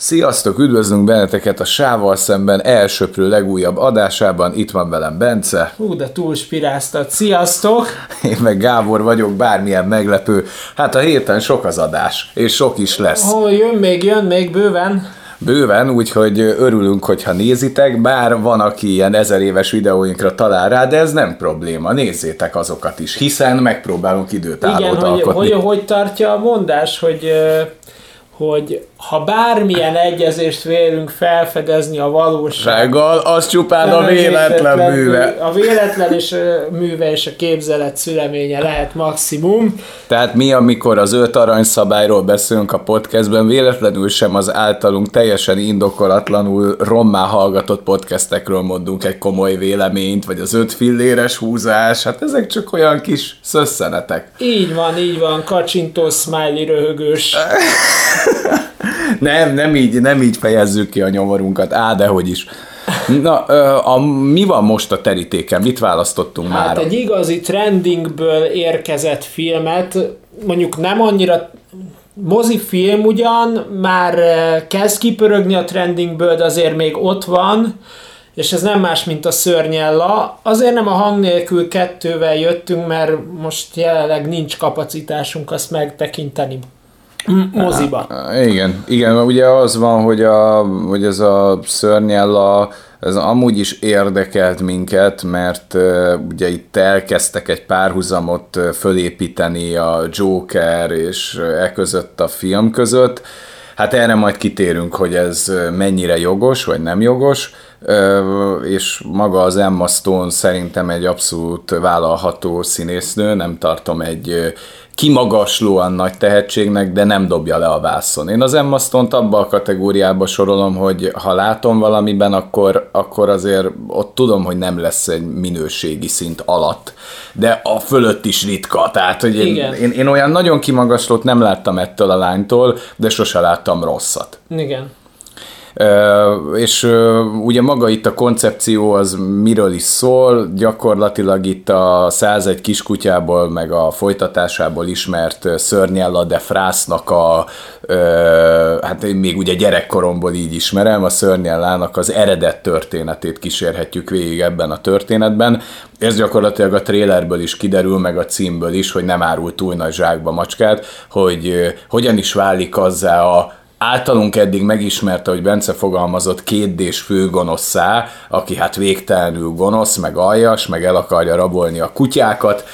Sziasztok, üdvözlünk benneteket a Sával szemben elsöprő legújabb adásában. Itt van velem Bence. De túlspiráztad. Sziasztok! Én meg Gábor vagyok, bármilyen meglepő. Hát a héten sok az adás, és sok is lesz. Jön még bőven. Bőven, úgyhogy örülünk, hogyha nézitek, bár van, aki ilyen 1000 éves videóinkra talál rá, de ez nem probléma, nézzétek azokat is, hiszen megpróbálunk időtállót alkotni. Hogy tartja a mondás, hogy ha bármilyen egyezést vélünk felfedezni a valósággal, az csupán a véletlen műve. A véletlen és műve és a képzelet szüleménye lehet maximum. Tehát mi, amikor az 5 aranyszabályról beszélünk a podcastben, véletlenül sem az általunk teljesen indokolatlanul rommá hallgatott podcastekről mondunk egy komoly véleményt, vagy az 5 filléres húzás, hát ezek csak olyan kis szösszenetek. Így van, kacsintó, smiley, röhögős. Nem így fejezzük ki a nyomorunkat, dehogy is. Na, mi van most a terítéken? Mit választottunk már? Hát egy igazi trendingből érkezett filmet, mondjuk nem annyira mozifilm ugyan, már kezd kipörögni a trendingből, de azért még ott van, és ez nem más, mint a Szörnyella. Azért nem a Hang nélkül 2-vel jöttünk, mert most jelenleg nincs kapacitásunk azt megtekinteni moziba. Igen, ugye az van, hogy ez a Szörnyella, ez amúgy is érdekelt minket, mert ugye itt elkezdtek egy párhuzamot fölépíteni a Joker és között a film között. Hát erre majd kitérünk, hogy ez mennyire jogos, vagy nem jogos, és maga az Emma Stone szerintem egy abszolút vállalható színésznő, nem tartom egy kimagaslóan nagy tehetségnek, de nem dobja le a vászon. Én az Emma Stone-t abba a kategóriába sorolom, hogy ha látom valamiben, akkor azért ott tudom, hogy nem lesz egy minőségi szint alatt, de a fölött is ritka. Tehát, hogy én olyan nagyon kimagaslót nem láttam ettől a lánytól, de sose láttam rosszat. Igen. És ugye maga itt a koncepció az miről is szól, gyakorlatilag itt a 101 kiskutyából meg a folytatásából ismert Szörnyella de Frassnak hát én még ugye gyerekkoromból így ismerem, a Szörnyellának az eredet történetét kísérhetjük végig ebben a történetben. Ez gyakorlatilag a trailerből is kiderül, meg a címből is, hogy nem árul túl nagy zsákba macskát, hogy hogyan is válik azzá a általunk eddig megismerte, hogy Bence fogalmazott 2D-s főgonosszá, aki hát végtelenül gonosz, meg aljas, meg el akarja rabolni a kutyákat.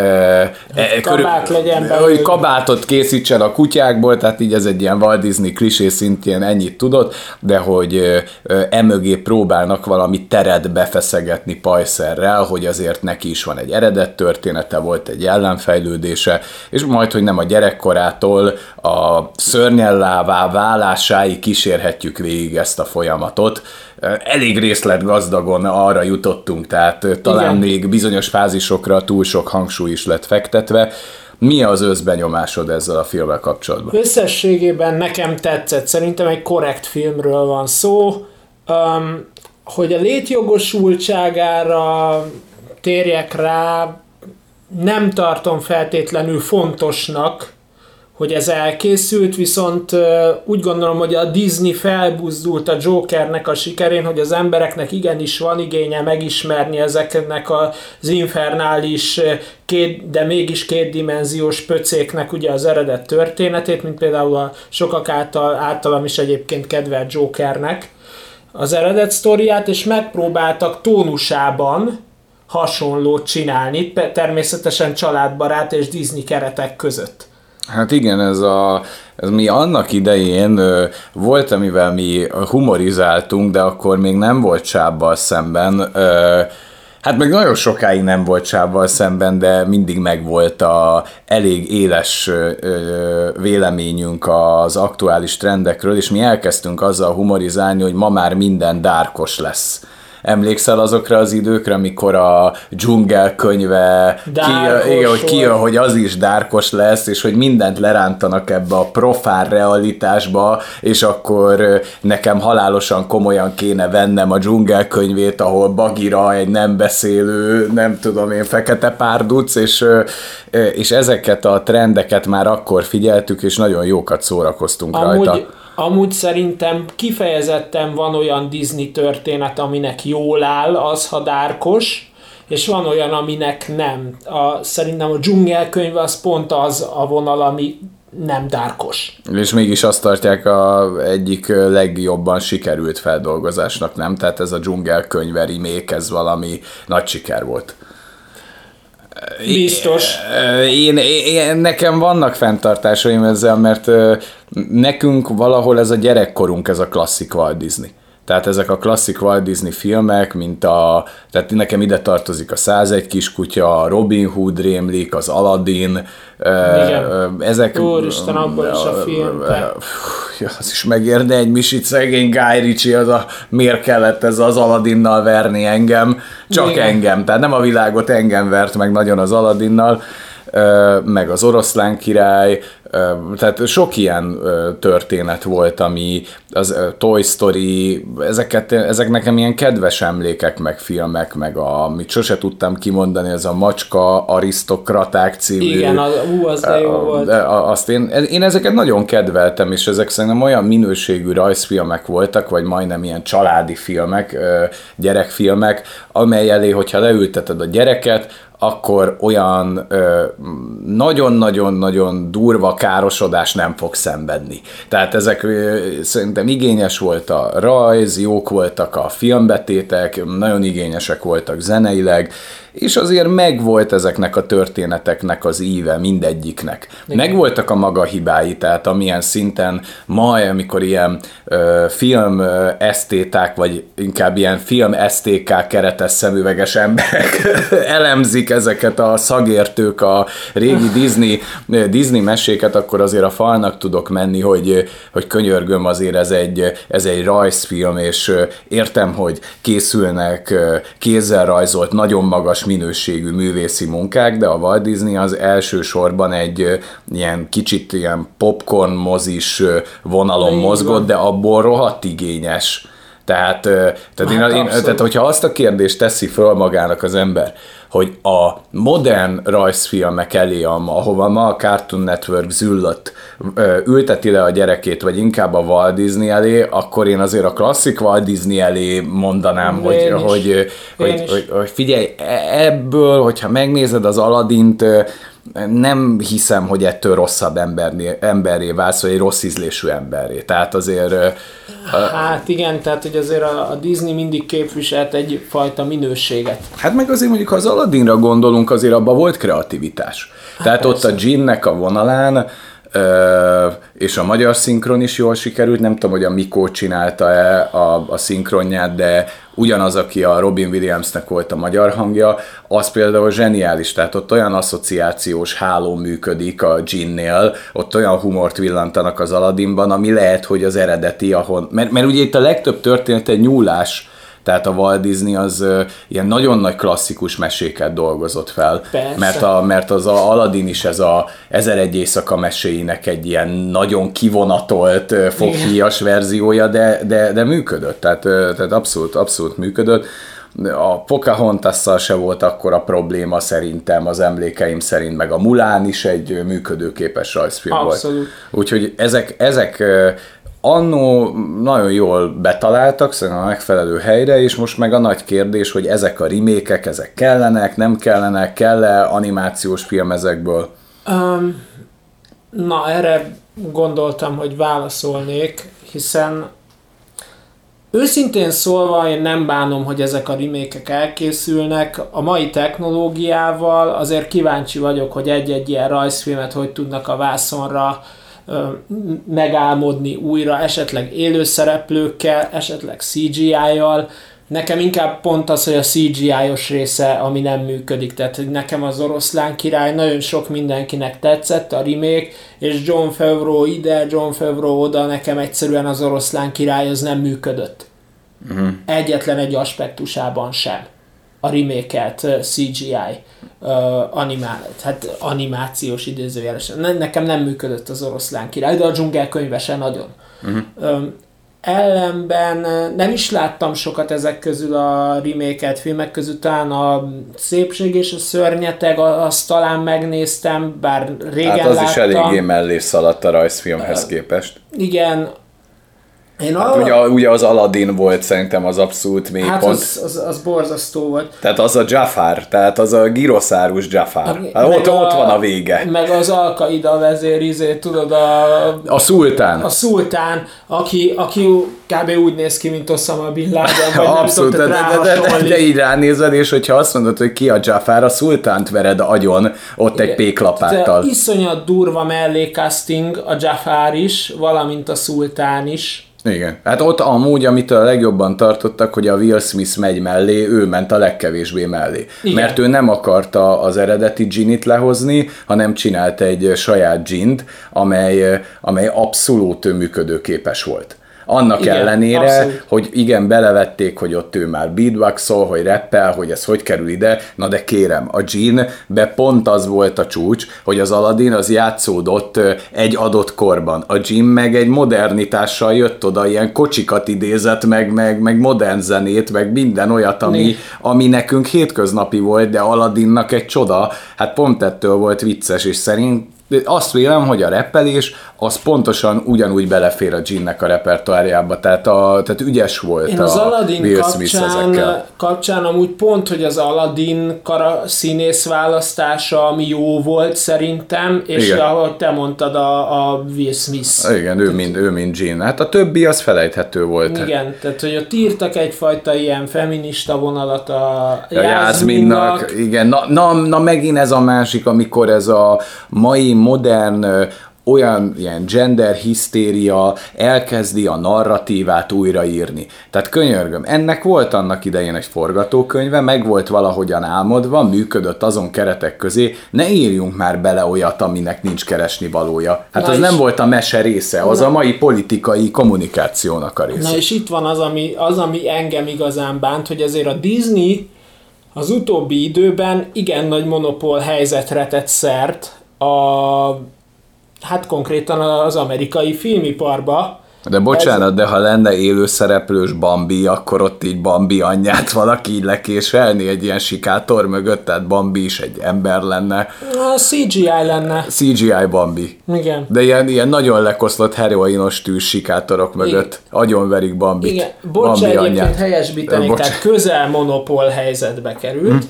Kabát legyen belőle. Hogy kabátot készítsen a kutyákból, tehát így ez egy ilyen Walt Disney klisé szintjén ennyit tudott, de hogy emögé próbálnak valami teret befeszegetni pajszerrel, hogy azért neki is van egy eredet története, volt egy ellenfejlődése, és majd, hogy nem a gyerekkorától a Szörnyellává válásáig kísérhetjük végig ezt a folyamatot. Elég részletgazdagon arra jutottunk, tehát talán még bizonyos fázisokra túl sok hangsúly is lett fektetve. Mi az összbenyomásod ezzel a filmmel kapcsolatban? Összességében nekem tetszett. Szerintem egy korrekt filmről van szó. Hogy a létjogosultságára térjek rá, nem tartom feltétlenül fontosnak, hogy ez elkészült, viszont úgy gondolom, hogy a Disney felbuzdult a Jokernek a sikerén, hogy az embereknek igenis van igénye megismerni ezeknek az infernális, de mégis kétdimenziós pöcéknek ugye az eredet történetét, mint például a sokak általam is egyébként kedvelt Jokernek az eredet sztoriát, és megpróbáltak tónusában hasonlót csinálni, természetesen családbarát és Disney keretek között. Hát igen, ez mi annak idején volt, amivel mi humorizáltunk, de akkor még nem volt Sábbal szemben. Hát meg nagyon sokáig nem volt Sábbal szemben, de mindig megvolt a elég éles véleményünk az aktuális trendekről, és mi elkezdtünk azzal humorizálni, hogy ma már minden dárkos lesz. Emlékszel azokra az időkre, amikor a Dzsungel könyve kijön, hogy az is dárkos lesz, és hogy mindent lerántanak ebbe a profán realitásba, és akkor nekem halálosan komolyan kéne vennem a Dzsungel könyvét, ahol Bagira egy nem beszélő, nem tudom én, fekete párduc, és ezeket a trendeket már akkor figyeltük, és nagyon jókat szórakoztunk rajta. Amúgy szerintem kifejezetten van olyan Disney történet, aminek jól áll, az ha dárkos, és van olyan, aminek nem. Szerintem a dzsungelkönyv az pont az a vonal, ami nem dárkos. És mégis azt tartják egyik legjobban sikerült feldolgozásnak, nem? Tehát ez a dzsungelkönyv remake, ez valami nagy siker volt. Biztos. Nekem vannak fenntartásaim ezzel, mert nekünk valahol ez a gyerekkorunk, ez a klasszik Walt Disney. Tehát ezek a klasszik Walt Disney filmek, tehát nekem ide tartozik a 101 kiskutya, a Robin Hood rémlik, az Aladdin. Ezek... Úristen, abban is a film. Az is megérne egy misit, szegény Guy Ritchie, miért kellett ez az Aladinnal verni engem? Csak igen. Engem, tehát nem a világot, engem vert meg nagyon az Aladinnal, meg az Oroszlán király, tehát sok ilyen történet volt, ami az Toy Story, ezek nekem ilyen kedves emlékek, meg filmek, meg amit sose tudtam kimondani, ez a Macska Arisztokraták című. Igen, az de jó volt. Azt én ezeket nagyon kedveltem, és ezek szerintem olyan minőségű rajzfilmek voltak, vagy majdnem ilyen családi filmek, gyerekfilmek, amely elé, hogyha leülteted a gyereket, akkor olyan nagyon-nagyon-nagyon durva károsodás nem fog szenvedni. Tehát ezek szerintem igényes volt a rajz, jók voltak a filmbetétek, nagyon igényesek voltak zeneileg, és azért megvolt ezeknek a történeteknek az íve mindegyiknek. Megvoltak a maga hibái, tehát amilyen szinten ma, amikor ilyen film esztéták, vagy inkább ilyen film esztékák keretes szemüveges emberek elemzik ezeket a szagértők, a régi Disney meséket, akkor azért a falnak tudok menni, hogy könyörgöm, azért ez egy rajzfilm, és értem, hogy készülnek kézzel rajzolt, nagyon magas minőségű művészi munkák, de a Walt Disney az elsősorban egy ilyen kicsit ilyen popcorn mozis vonalon mozgott, de abból rohadt igényes. Tehát hogyha azt a kérdést teszi föl magának az ember, hogy a modern rajzfilmek elé, ahova ma a Cartoon Network züllött, ülteti le a gyerekét, vagy inkább a Walt Disney elé, akkor én azért a klasszik Walt Disney elé mondanám, hogy figyelj, ebből, hogyha megnézed az Aladdint, nem hiszem, hogy ettől rosszabb emberré válsz, vagy egy rossz ízlésű emberré. Tehát azért... Hát igen, tehát hogy azért a Disney mindig képviselt egyfajta minőséget. Hát meg azért mondjuk, ha az Aladdinra gondolunk, azért abban volt kreativitás. Tehát persze. Ott a Ginnek a vonalán, és a magyar szinkron is jól sikerült, nem tudom, hogy a Mikó csinálta-e a szinkronját, de ugyanaz, aki a Robin Williamsnek volt a magyar hangja, az például zseniális, tehát ott olyan asszociációs háló működik a Ginnél, ott olyan humort villantanak az Aladdinban, ami lehet, hogy az eredeti, mert ugye itt a legtöbb történet egy nyúlás, tehát a Walt Disney az ilyen nagyon nagy klasszikus meséket dolgozott fel. Mert az Aladdin is ez a 1001 éjszaka meséinek egy ilyen nagyon kivonatolt, foghíjas verziója, de működött, tehát abszolút működött. A Pocahontasszal se volt akkora probléma szerintem, az emlékeim szerint, meg a Mulan is egy működőképes rajzfilm volt. Úgyhogy ezek annó nagyon jól betaláltak, szerintem a megfelelő helyre, és most meg a nagy kérdés, hogy ezek a remékek, ezek kellenek, nem kellenek, kell-e animációs film ezekből? Na, erre gondoltam, hogy válaszolnék, hiszen őszintén szólva én nem bánom, hogy ezek a remékek elkészülnek. A mai technológiával azért kíváncsi vagyok, hogy egy-egy ilyen rajzfilmet hogy tudnak a vászonra megálmodni újra, esetleg élőszereplőkkel, esetleg CGI-jal. Nekem inkább pont az, hogy a CGI-os része, ami nem működik. Tehát nekem az Oroszlán király nagyon sok mindenkinek tetszett, a remake, és Jon Favreau ide, Jon Favreau oda, nekem egyszerűen az Oroszlán király az nem működött. Egyetlen egy aspektusában sem. A remake-elt CGI animációs idézőjelesen. Nekem nem működött az Oroszlán király, de a dzsungelkönyve se nagyon. Ellenben nem is láttam sokat ezek közül a remake-elt filmek közül, talán a Szépség és a szörnyeteg, azt talán megnéztem, bár régen láttam. Hát az is eléggé mellé szaladt a rajzfilmhez képest. Igen, Hát ugye az Aladdin volt szerintem az abszolút mélypont. Hát az borzasztó volt. Tehát az a Jafar, tehát az a Gyroszárus Jafar. Hát ott van a vége. Meg az Al-Qaida vezér, tudod, a szultán. A szultán, aki kb. Úgy néz ki, mint Osama Bin Laden, vagy abszolút, de így ránézed, és hogyha azt mondod, hogy ki a Jafar, a szultánt vered agyon, ott egy péklapáttal. De iszonyat durva mellékcasting a Jafar is, valamint a szultán is. Igen. Hát ott amúgy, amit a legjobban tartottak, hogy a Will Smith megy mellé, ő ment a legkevésbé mellé. Igen. Mert ő nem akarta az eredeti Ginnyt lehozni, hanem csinált egy saját Gint, amely abszolút működőképes volt. Annak igen, ellenére, abszolút. Hogy igen, belevették, hogy ott ő már beatboxol, hogy rappel, hogy ez hogy kerül ide, na de kérem, a Djinn-be pont az volt a csúcs, hogy az Aladdin az játszódott egy adott korban. A Djinn meg egy modernitással jött oda, ilyen kocsikat idézett, meg modern zenét, meg minden olyat, ami nekünk hétköznapi volt, de Aladdinnak egy csoda, hát pont ettől volt vicces, és szerint azt vélem, hogy a rappelés az pontosan ugyanúgy belefér a Djinnnek a repertoárjába, tehát ügyes volt. Én az Aladdin kapcsán amúgy pont, hogy az Aladdin színész választása, ami jó volt szerintem, és igen. Ahogy te mondtad, a Will Smith. Igen, ő mind Djinn. Hát a többi az felejthető volt. Igen, tehát hogy ott írtak egyfajta ilyen feminista vonalat a Jászminnak. Igen, na megint ez a másik, amikor ez a mai modern olyan ilyen gender hisztéria elkezdi a narratívát újraírni. Tehát könyörgöm, ennek volt annak idején egy forgatókönyve, meg volt valahogyan álmodva, működött azon keretek közé, ne írjunk már bele olyat, aminek nincs keresni valója. Hát az nem volt a mese része, az a mai politikai kommunikációnak a része. Na és itt van az, ami engem igazán bánt, hogy azért a Disney az utóbbi időben igen nagy monopól helyzetre tett szert hát konkrétan az amerikai filmiparba. De bocsánat, de ha lenne élő szereplős Bambi, akkor ott így Bambi anyját valaki így lekéselni egy ilyen sikátor mögött, tehát Bambi is egy ember lenne. A CGI lenne. CGI Bambi. Igen. De ilyen nagyon lekoszlott heroinos tűz sikátorok mögött agyonverik Bambit. Igen, bocsánat, egyébként helyesbítenék, tehát közel monopól helyzetbe került.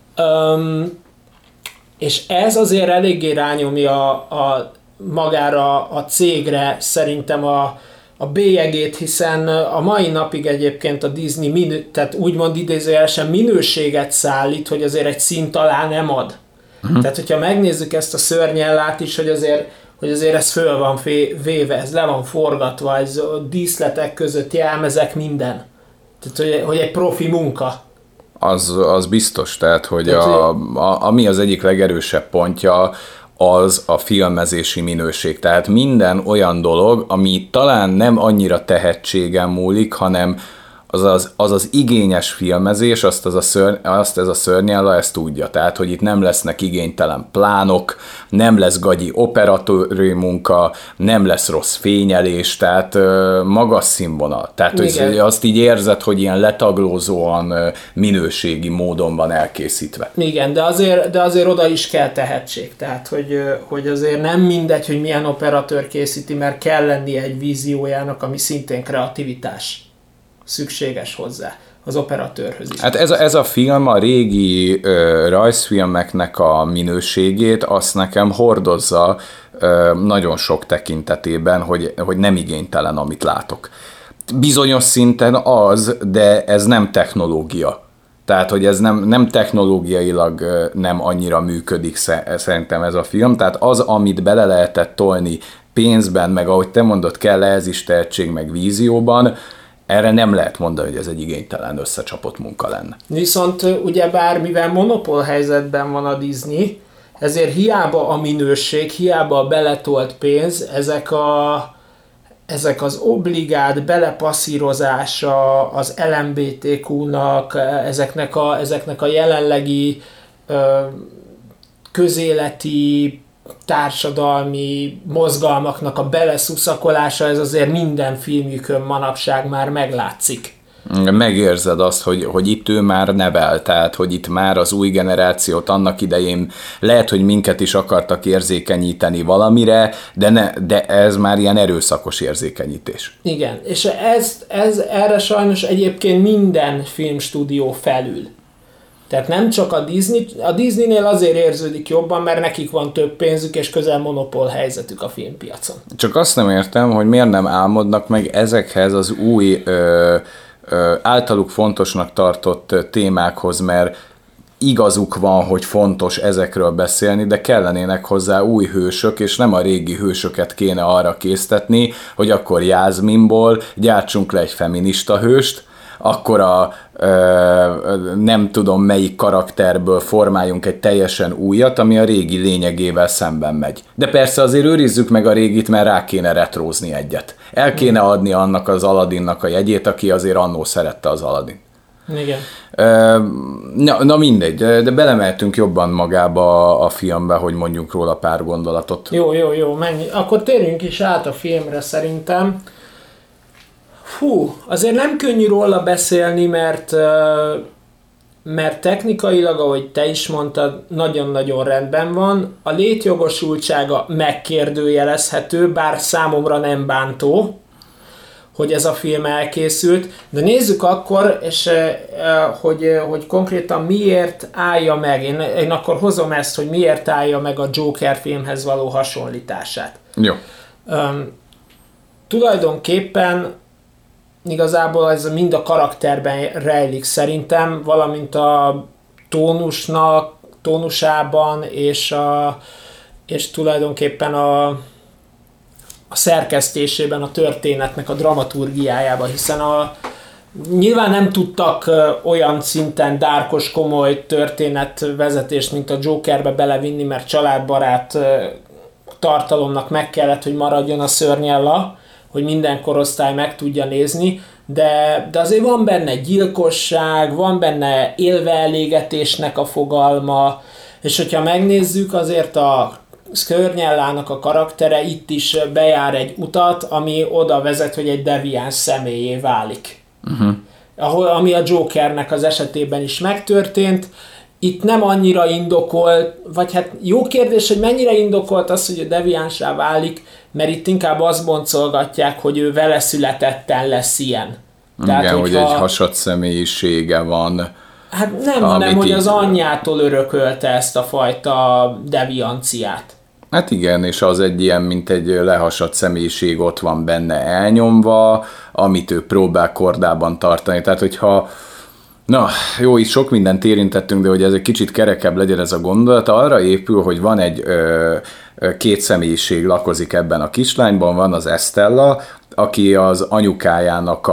És ez azért eléggé rányomja magára a cégre szerintem a bélyegét, hiszen a mai napig egyébként a Disney tehát úgymond idézőjelesen minőséget szállít, hogy azért egy szint alá nem ad. Tehát, hogyha megnézzük ezt a szörnyellát is, hogy azért ez föl van véve, ez le van forgatva, ez a díszletek között jelmezek, minden. Tehát, hogy egy profi munka. Az biztos, tehát, hogy ami az egyik legerősebb pontja, az a filmezési minőség. Tehát minden olyan dolog, ami talán nem annyira tehetségen múlik, hanem az igényes filmezés, azt ez a szörnyella ezt tudja. Tehát, hogy itt nem lesznek igénytelen plánok, nem lesz gagyi operatőri munka, nem lesz rossz fényelés, tehát magas színvonal. Tehát hogy azt így érzed, hogy ilyen letaglózóan minőségi módon van elkészítve. Igen, de azért oda is kell tehetség. Tehát, hogy azért nem mindegy, hogy milyen operatőr készíti, mert kell lennie egy víziójának, ami szintén kreativitás szükséges hozzá, az operatőrhöz is. Hát ez a film a régi rajzfilmeknek a minőségét, azt nekem hordozza nagyon sok tekintetében, hogy nem igénytelen, amit látok. Bizonyos szinten az, de ez nem technológia. Tehát, hogy ez nem technológiailag nem annyira működik szerintem ez a film. Tehát az, amit bele lehetett tolni pénzben, meg ahogy te mondod, kell ehhez is tehetség, meg vízióban, erre nem lehet mondani, hogy ez egy igénytelen összecsapott munka lenne. Viszont ugyebár, mivel monopól helyzetben van a Disney, ezért hiába a minőség, hiába a beletolt pénz, ezek az obligált belepasszírozása az LMBTQ-nak, ezeknek a jelenlegi közéleti társadalmi mozgalmaknak a beleszuszakolása, ez azért minden filmjükön manapság már meglátszik. Megérzed azt, hogy itt ő már nevel, tehát hogy itt már az új generációt annak idején lehet, hogy minket is akartak érzékenyíteni valamire, de ez már ilyen erőszakos érzékenyítés. Igen, és ez erre sajnos egyébként minden filmstúdió felül. Tehát nem csak a Disneynél azért érződik jobban, mert nekik van több pénzük és közel monopól helyzetük a filmpiacon. Csak azt nem értem, hogy miért nem álmodnak meg ezekhez az új általuk fontosnak tartott témákhoz, mert igazuk van, hogy fontos ezekről beszélni, de kellenének hozzá új hősök, és nem a régi hősöket kéne arra késztetni, hogy akkor Jászminból gyártsunk le egy feminista hőst, akkor nem tudom melyik karakterből formáljunk egy teljesen újat, ami a régi lényegével szemben megy. De persze azért őrizzük meg a régit, mert rá kéne retrózni egyet. El kéne adni annak az Aladdinnak a jegyét, aki azért annó szerette az Aladdin. Igen. Na mindegy, de belemeltünk jobban magába a filmbe, hogy mondjunk róla pár gondolatot. Jó, menj. Akkor térjünk is át a filmre szerintem. Azért nem könnyű róla beszélni, mert technikailag, ahogy te is mondtad, nagyon-nagyon rendben van. A létjogosultsága megkérdőjelezhető, bár számomra nem bántó, hogy ez a film elkészült. De nézzük akkor, és hogy konkrétan miért állja meg. Én akkor hozom ezt, hogy miért állja meg a Joker filmhez való hasonlítását. Jó. Tulajdonképpen igazából ez mind a karakterben rejlik szerintem, valamint a tónusában és tulajdonképpen a szerkesztésében, a történetnek, a dramaturgiájában, hiszen nyilván nem tudtak olyan szinten dárkos, komoly történetvezetést, mint a Jokerbe belevinni, mert családbarát tartalomnak meg kellett, hogy maradjon a Szörnyella, hogy minden korosztály meg tudja nézni, de azért van benne gyilkosság, van benne élveelégetésnek a fogalma, és hogyha megnézzük, azért a Szörnyellának a karaktere itt is bejár egy utat, ami oda vezet, hogy egy deviáns személyé válik. Ami a Jokernek az esetében is megtörtént. Itt nem annyira indokolt, vagy hát jó kérdés, hogy mennyire indokolt az, hogy a deviánssá válik, mert itt inkább azt boncolgatják, hogy ő vele születetten lesz ilyen. Tehát, igen, hogy egy hasadt személyisége van. Hát nem, hanem hogy az anyjától örökölte ezt a fajta devianciát. Hát igen, és az egy ilyen, mint egy lehasadt személyiség ott van benne elnyomva, amit ő próbál kordában tartani. Tehát, hogyha na, jó, itt sok mindent érintettünk, de hogy ez egy kicsit kerekebb legyen ez a gondolat, arra épül, hogy van két személyiség lakozik ebben a kislányban, van az Estella, aki az anyukájának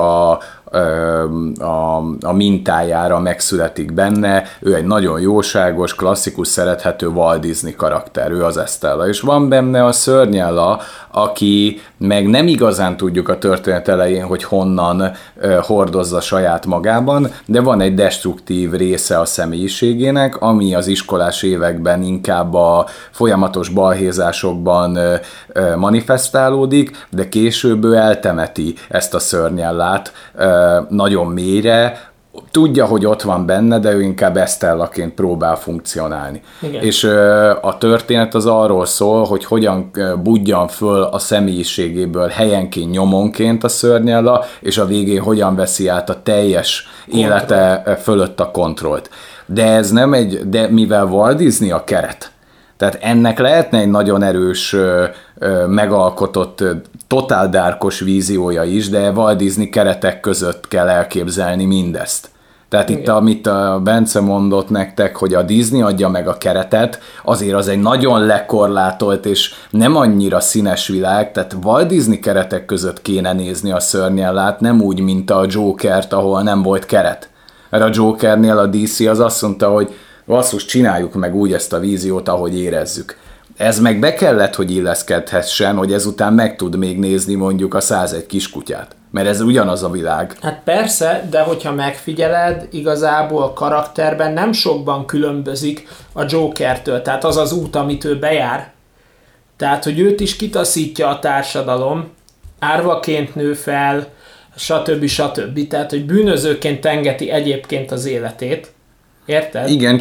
a mintájára megszületik benne, ő egy nagyon jóságos, klasszikus, szerethető Walt Disney karakter, ő az Estella, és van benne a Szörnyella, aki meg nem igazán tudjuk a történet elején, hogy honnan hordozza saját magában, de van egy destruktív része a személyiségének, ami az iskolás években inkább a folyamatos balhézásokban manifestálódik, de később ő eltemeti ezt a Szörnyellát nagyon mélyre, tudja, hogy ott van benne, de ő inkább Estellaként próbál funkcionálni. Igen. És a történet az arról szól, hogy hogyan budjan föl a személyiségéből helyenként, nyomonként a Szörnyella, és a végén hogyan veszi át a teljes élete fölött a kontrollt. De ez nem de mivel Walt Disney a keret, tehát ennek lehetne egy nagyon erős, megalkotott, totál dárkos víziója is, de Walt Disney keretek között kell elképzelni mindezt. Tehát igen. Itt, amit a Bence mondott nektek, hogy a Disney adja meg a keretet, azért az egy nagyon lekorlátolt és nem annyira színes világ, tehát Walt Disney keretek között kéne nézni a Szörnyellát, nem úgy, mint a Jokert, ahol nem volt keret. Mert a Jokernél a DC az azt mondta, hogy basszus, csináljuk meg úgy ezt a víziót, ahogy érezzük. Ez meg be kellett, hogy illeszkedhessen, hogy ezután meg tud még nézni mondjuk a 101 kiskutyát. Mert ez ugyanaz a világ. Hát persze, de hogyha megfigyeled, igazából karakterben nem sokban különbözik a Jokertől. Tehát az az út, amit ő bejár. Tehát, hogy őt is kitaszítja a társadalom, árvaként nő fel, stb. Tehát, hogy bűnözőként tengeti egyébként az életét. Érted? Igen,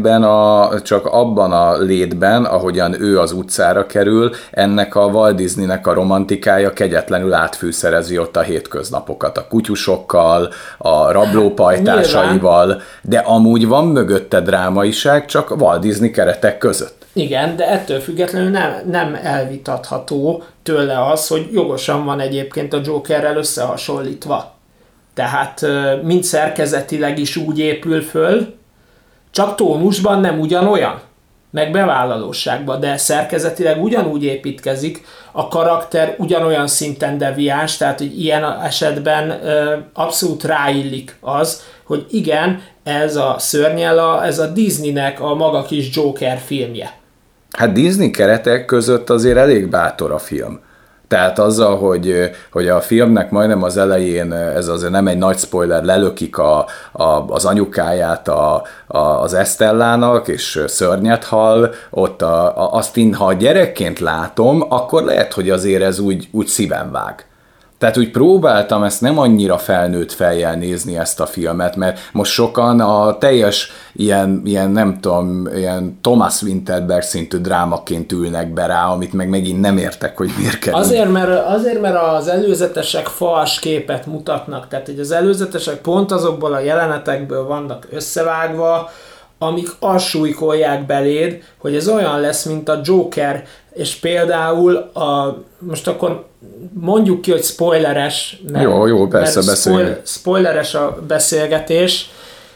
csak abban a létben, ahogyan ő az utcára kerül, ennek a Walt Disneynek a romantikája kegyetlenül átfűszerezi ott a hétköznapokat, a kutyusokkal, a rablópajtásaival, de amúgy van mögötte drámaiság, csak Walt Disney keretek között. Igen, de ettől függetlenül nem elvitatható tőle az, hogy jogosan van egyébként a Jokerrel összehasonlítva. Tehát mind szerkezetileg is úgy épül föl, csak tónusban nem ugyanolyan, meg bevállalóságban, de szerkezetileg ugyanúgy építkezik, a karakter ugyanolyan szinten deviáns, tehát hogy ilyen esetben abszolút ráillik az, hogy igen, ez a Szörnyella, ez a Disneynek a maga kis Joker filmje. Hát Disney keretek között azért elég bátor a film. Tehát azzal, hogy a filmnek majdnem az elején, ez azért nem egy nagy spoiler, lelökik az anyukáját az Estellának, és szörnyet hal, ott azt én, ha gyerekként látom, akkor lehet, hogy azért ez úgy szíven vág. Tehát úgy próbáltam ezt nem annyira felnőtt fejjel nézni ezt a filmet, mert most sokan a teljes ilyen nem tudom, ilyen Thomas Winterberg szintű drámaként ülnek be rá, amit meg megint nem értek, hogy miért kell. Azért, mert az előzetesek fals képet mutatnak, tehát hogy az előzetesek pont azokból a jelenetekből vannak összevágva, amik azt súlykolják beléd, hogy ez olyan lesz, mint a Joker, és például most akkor mondjuk ki, hogy spoileres, jó, persze, beszéljünk. Spoileres a beszélgetés,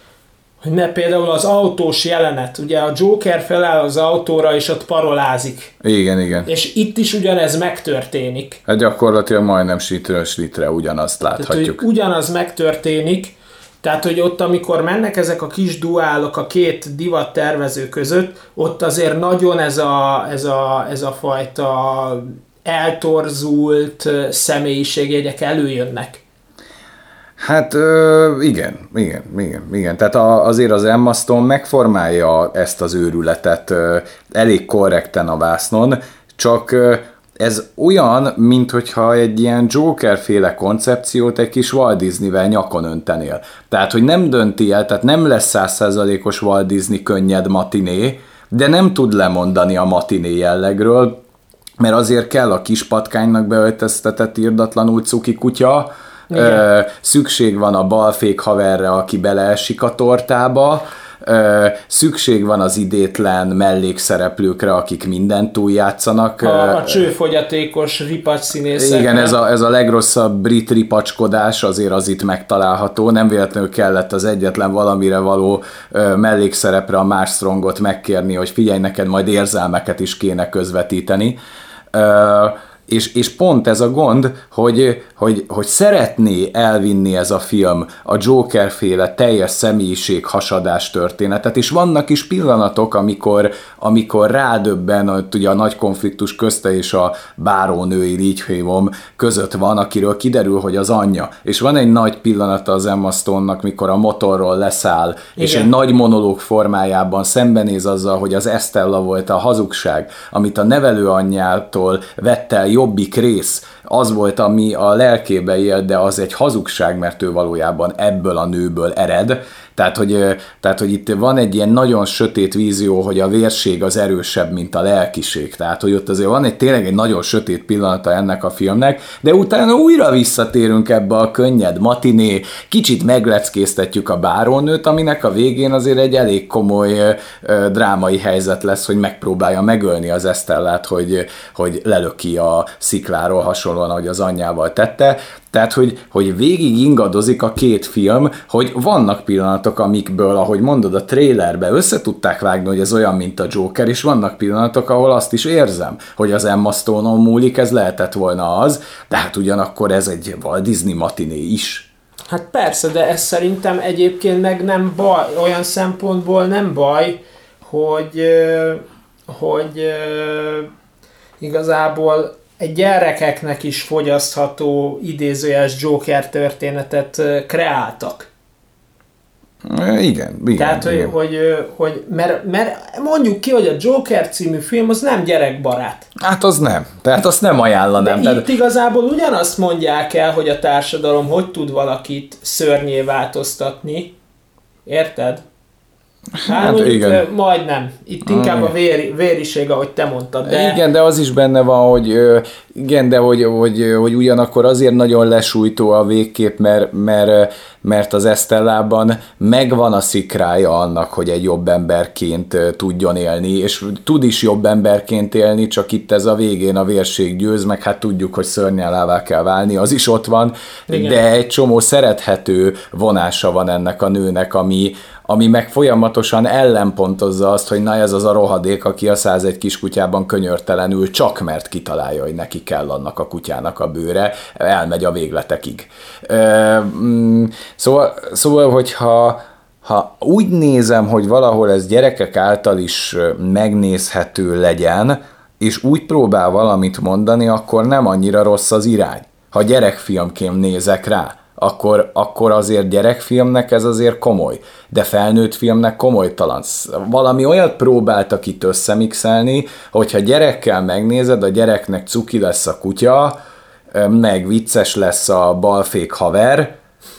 hogy például az autós jelenet, ugye a Joker feláll az autóra, és ott parolázik. Igen. És itt is ugyanez megtörténik. Hát gyakorlatilag majdnem sítről sítre ugyanazt láthatjuk. Tehát, ugyanaz megtörténik, tehát, hogy ott, amikor mennek ezek a kis duálok a két divattervező között, ott azért nagyon ez a fajta eltorzult személyiségjegyek előjönnek. Hát igen. Tehát azért az Emma Stone megformálja ezt az őrületet elég korrekten a vásznon, csak ez olyan, minthogyha egy ilyen Joker-féle koncepciót egy kis Walt Disney-vel nyakon öntenél. Tehát, hogy nem dönti el, tehát nem lesz 100%-os Walt Disney könnyed matiné, de nem tud lemondani a matiné jellegről, mert azért kell a kis patkánynak beöltöztetett irdatlanul cuki kutya, szükség van a balfék haverra, aki beleesik a tortába, szükség van az idétlen mellékszereplőkre, akik mindent túljátszanak. A csőfogyatékos ripacs színészek. Igen, ez a legrosszabb brit ripacskodás, azért az itt megtalálható. Nem véletlenül kellett az egyetlen valamire való mellékszerepre a Mark Strongot megkérni, hogy figyelj, neked majd érzelmeket is kéne közvetíteni. És pont ez a gond, hogy szeretné elvinni ez a film a Joker-féle teljes személyiség hasadás történetet, és vannak is pillanatok, amikor rádöbben, ugye a nagy konfliktus közte és a bárónői, így hívom, között van, akiről kiderül, hogy az anyja. És van egy nagy pillanata az Emma Stone-nak, mikor a motorról leszáll, igen, és egy nagy monológ formájában szembenéz azzal, hogy az Estella volt a hazugság, amit a nevelőanyjától vett el jobbik rész, az volt, ami a lelkébe élt, de az egy hazugság, mert ő valójában ebből a nőből ered. Tehát, hogy itt van egy ilyen nagyon sötét vízió, hogy a vérség az erősebb, mint a lelkiség. Tehát, hogy ott azért van tényleg egy nagyon sötét pillanata ennek a filmnek, de utána újra visszatérünk ebbe a könnyed matiné, kicsit megleckéztetjük a bárónőt, aminek a végén azért egy elég komoly drámai helyzet lesz, hogy megpróbálja megölni az Estellát, hogy lelöki a szikláról hasonlóan, ahogy az anyjával tette. Tehát, hogy végig ingadozik a két film, hogy vannak pillanatok, amikből, ahogy mondod, a trailerbe össze tudták vágni, hogy ez olyan, mint a Joker, és vannak pillanatok, ahol azt is érzem, hogy az Emma Stone-on múlik, ez lehetett volna az, de hát ugyanakkor ez egy Walt Disney matiné is. Hát persze, de ez szerintem egyébként meg nem baj, olyan szempontból nem baj, hogy igazából egy gyerekeknek is fogyasztható idézőjeles Joker történetet kreáltak. Igen. Tehát, igen. hogy mert mondjuk ki, hogy a Joker című film az nem gyerekbarát. Hát az nem. Tehát azt nem ajánlanám. De itt igazából ugyanazt mondják el, hogy a társadalom hogy tud valakit szörnyé változtatni. Érted? Hát mondjuk, igen. Majdnem. Itt inkább a vériség, ahogy te mondtad. De... Igen, de az is benne van, hogy igen, de hogy ugyanakkor azért nagyon lesújtó a végkép, mert az Estellában megvan a szikrája annak, hogy egy jobb emberként tudjon élni, és tud is jobb emberként élni, csak itt ez a végén a vérség győz, meg hát tudjuk, hogy szörnyellává kell válni, az is ott van, igen. De egy csomó szerethető vonása van ennek a nőnek, ami meg folyamatosan ellenpontozza azt, hogy na ez az a rohadék, aki a 101 kiskutyában könyörtelenül csak mert kitalálja, hogy neki kell annak a kutyának a bőre, elmegy a végletekig. Szóval hogyha úgy nézem, hogy valahol ez gyerekek által is megnézhető legyen, és úgy próbál valamit mondani, akkor nem annyira rossz az irány. Ha gyerekfilmként nézek rá, akkor azért gyerekfilmnek ez azért komoly, de felnőtt filmnek komolytalan. Valami olyat próbáltak itt összemixelni, hogyha gyerekkel megnézed, a gyereknek cuki lesz a kutya, meg vicces lesz a balfék haver,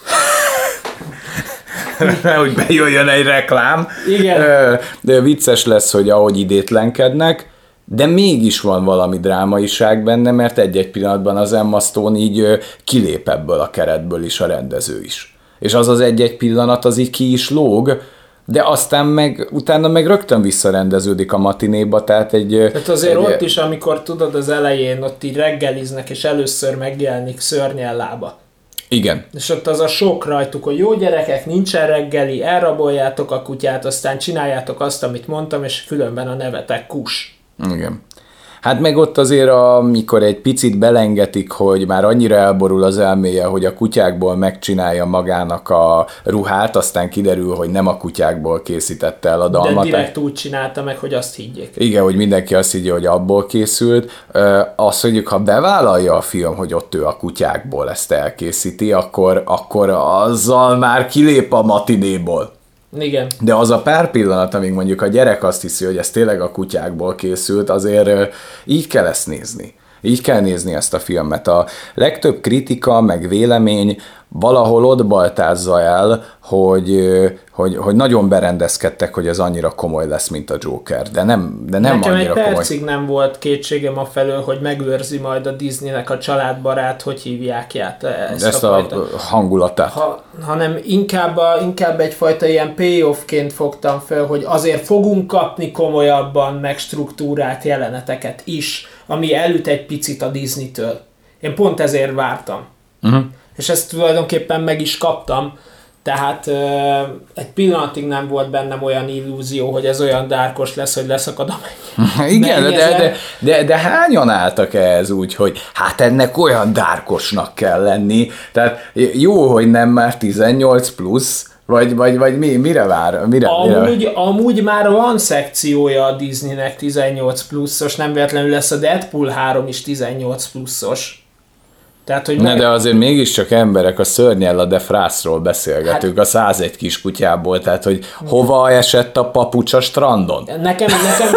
hogy bejöjjön egy reklám. Igen. De vicces lesz, hogy ahogy idétlenkednek, de mégis van valami drámaiság benne, mert egy-egy pillanatban az Emma Stone így kilép ebből a keretből is, a rendező is. És az egy-egy pillanat az így ki is lóg, de aztán utána meg rögtön visszarendeződik a matinéba, tehát Tehát azért ott is, amikor tudod az elején, ott így reggeliznek, és először megjelenik szörnyellába. Igen. És ott az a sok rajtuk, hogy jó gyerekek, nincsen reggeli, elraboljátok a kutyát, aztán csináljátok azt, amit mondtam, és különben a nevetek kus. Igen. Hát meg ott azért, amikor egy picit belengetik, hogy már annyira elborul az elméje, hogy a kutyákból megcsinálja magának a ruhát, aztán kiderül, hogy nem a kutyákból készítette el a dalmat. De direkt úgy csinálta meg, hogy azt higgyék. Igen, hogy mindenki azt higgye, hogy abból készült. Azt mondjuk, ha bevállalja a film, hogy ott ő a kutyákból ezt elkészíti, akkor azzal már kilép a matinéból. Igen. De az a pár pillanat, amíg mondjuk a gyerek azt hiszi, hogy ez tényleg a kutyákból készült, azért így kell ezt nézni. Így kell nézni ezt a filmet. A legtöbb kritika, meg vélemény valahol ott baltázza el, hogy nagyon berendezkedtek, hogy ez annyira komoly lesz, mint a Joker. De nem Nekem annyira egy komoly. percig nem volt kétségem afelől, hogy megőrzi majd a Disneynek a családbarát, hogy hívják ezt a hangulatát. Hanem inkább egyfajta ilyen payoffként fogtam fel, hogy azért fogunk kapni komolyabban megstruktúrált jeleneteket is, ami elüt egy picit a Disney-től. Én pont ezért vártam. Uh-huh. És ezt tulajdonképpen meg is kaptam, tehát egy pillanatig nem volt bennem olyan illúzió, hogy ez olyan dárkos lesz, hogy leszakad a Igen, de hányan álltak ehhez úgy, hogy hát ennek olyan dárkosnak kell lenni, tehát jó, hogy nem már 18 plusz, vagy mire vár? Amúgy már van szekciója a Disneynek 18 pluszos, nem véletlenül lesz a Deadpool 3 is 18 pluszos. Tehát, hogy de azért mégiscsak emberek, a Szörnyella de Frászról beszélgetünk, hát, a 101 kiskutyából, tehát hogy hova esett a papucs a strandon? Nekem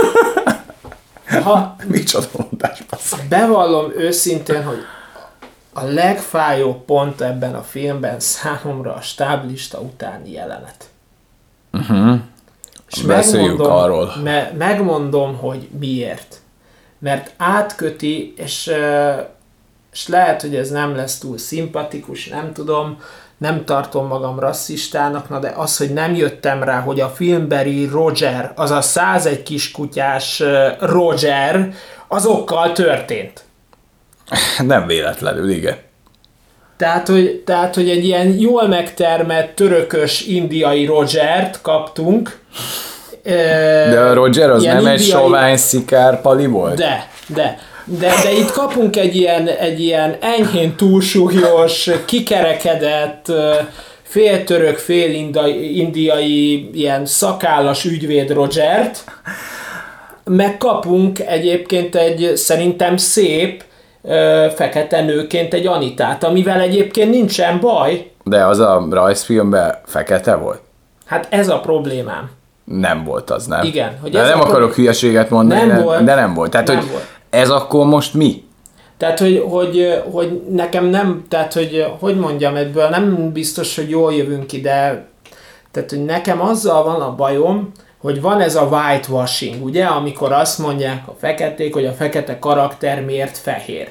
Micsoda mondás, bevallom őszintén, hogy a legfájóbb pont ebben a filmben számomra a stáblista utáni jelenet. Uh-huh. És arról. Megmondom, hogy miért. Mert átköti, és lehet, hogy ez nem lesz túl szimpatikus, nem tudom, nem tartom magam rasszistának, de az, hogy nem jöttem rá, hogy a filmbeli Roger, az a 101 kiskutyás Roger, azokkal történt. Nem véletlenül, igen. Tehát, hogy egy ilyen jól megtermett, törökös, indiai Rogert kaptunk. De a Roger az nem indiai... egy sovány szikár pali volt? De itt kapunk egy ilyen enyhén túlsúlyos, kikerekedett, fél török, fél indiai, ilyen szakállas ügyvéd Rogert, meg kapunk egyébként egy szerintem szép, fekete nőként egy Anitát, amivel egyébként nincsen baj. De az a rajzfilmben fekete volt? Hát ez a problémám. Nem volt az, nem? Igen. Hogy de nem akarok hülyeséget mondani, de nem volt. Tehát, hogy volt. ez akkor most mi? Tehát, hogy nekem nem, tehát, hogy mondjam, ebből nem biztos, hogy jól jövünk ide. Tehát, hogy nekem azzal van a bajom, hogy van ez a whitewashing, ugye, amikor azt mondják a feketék, hogy a fekete karakter miért fehér.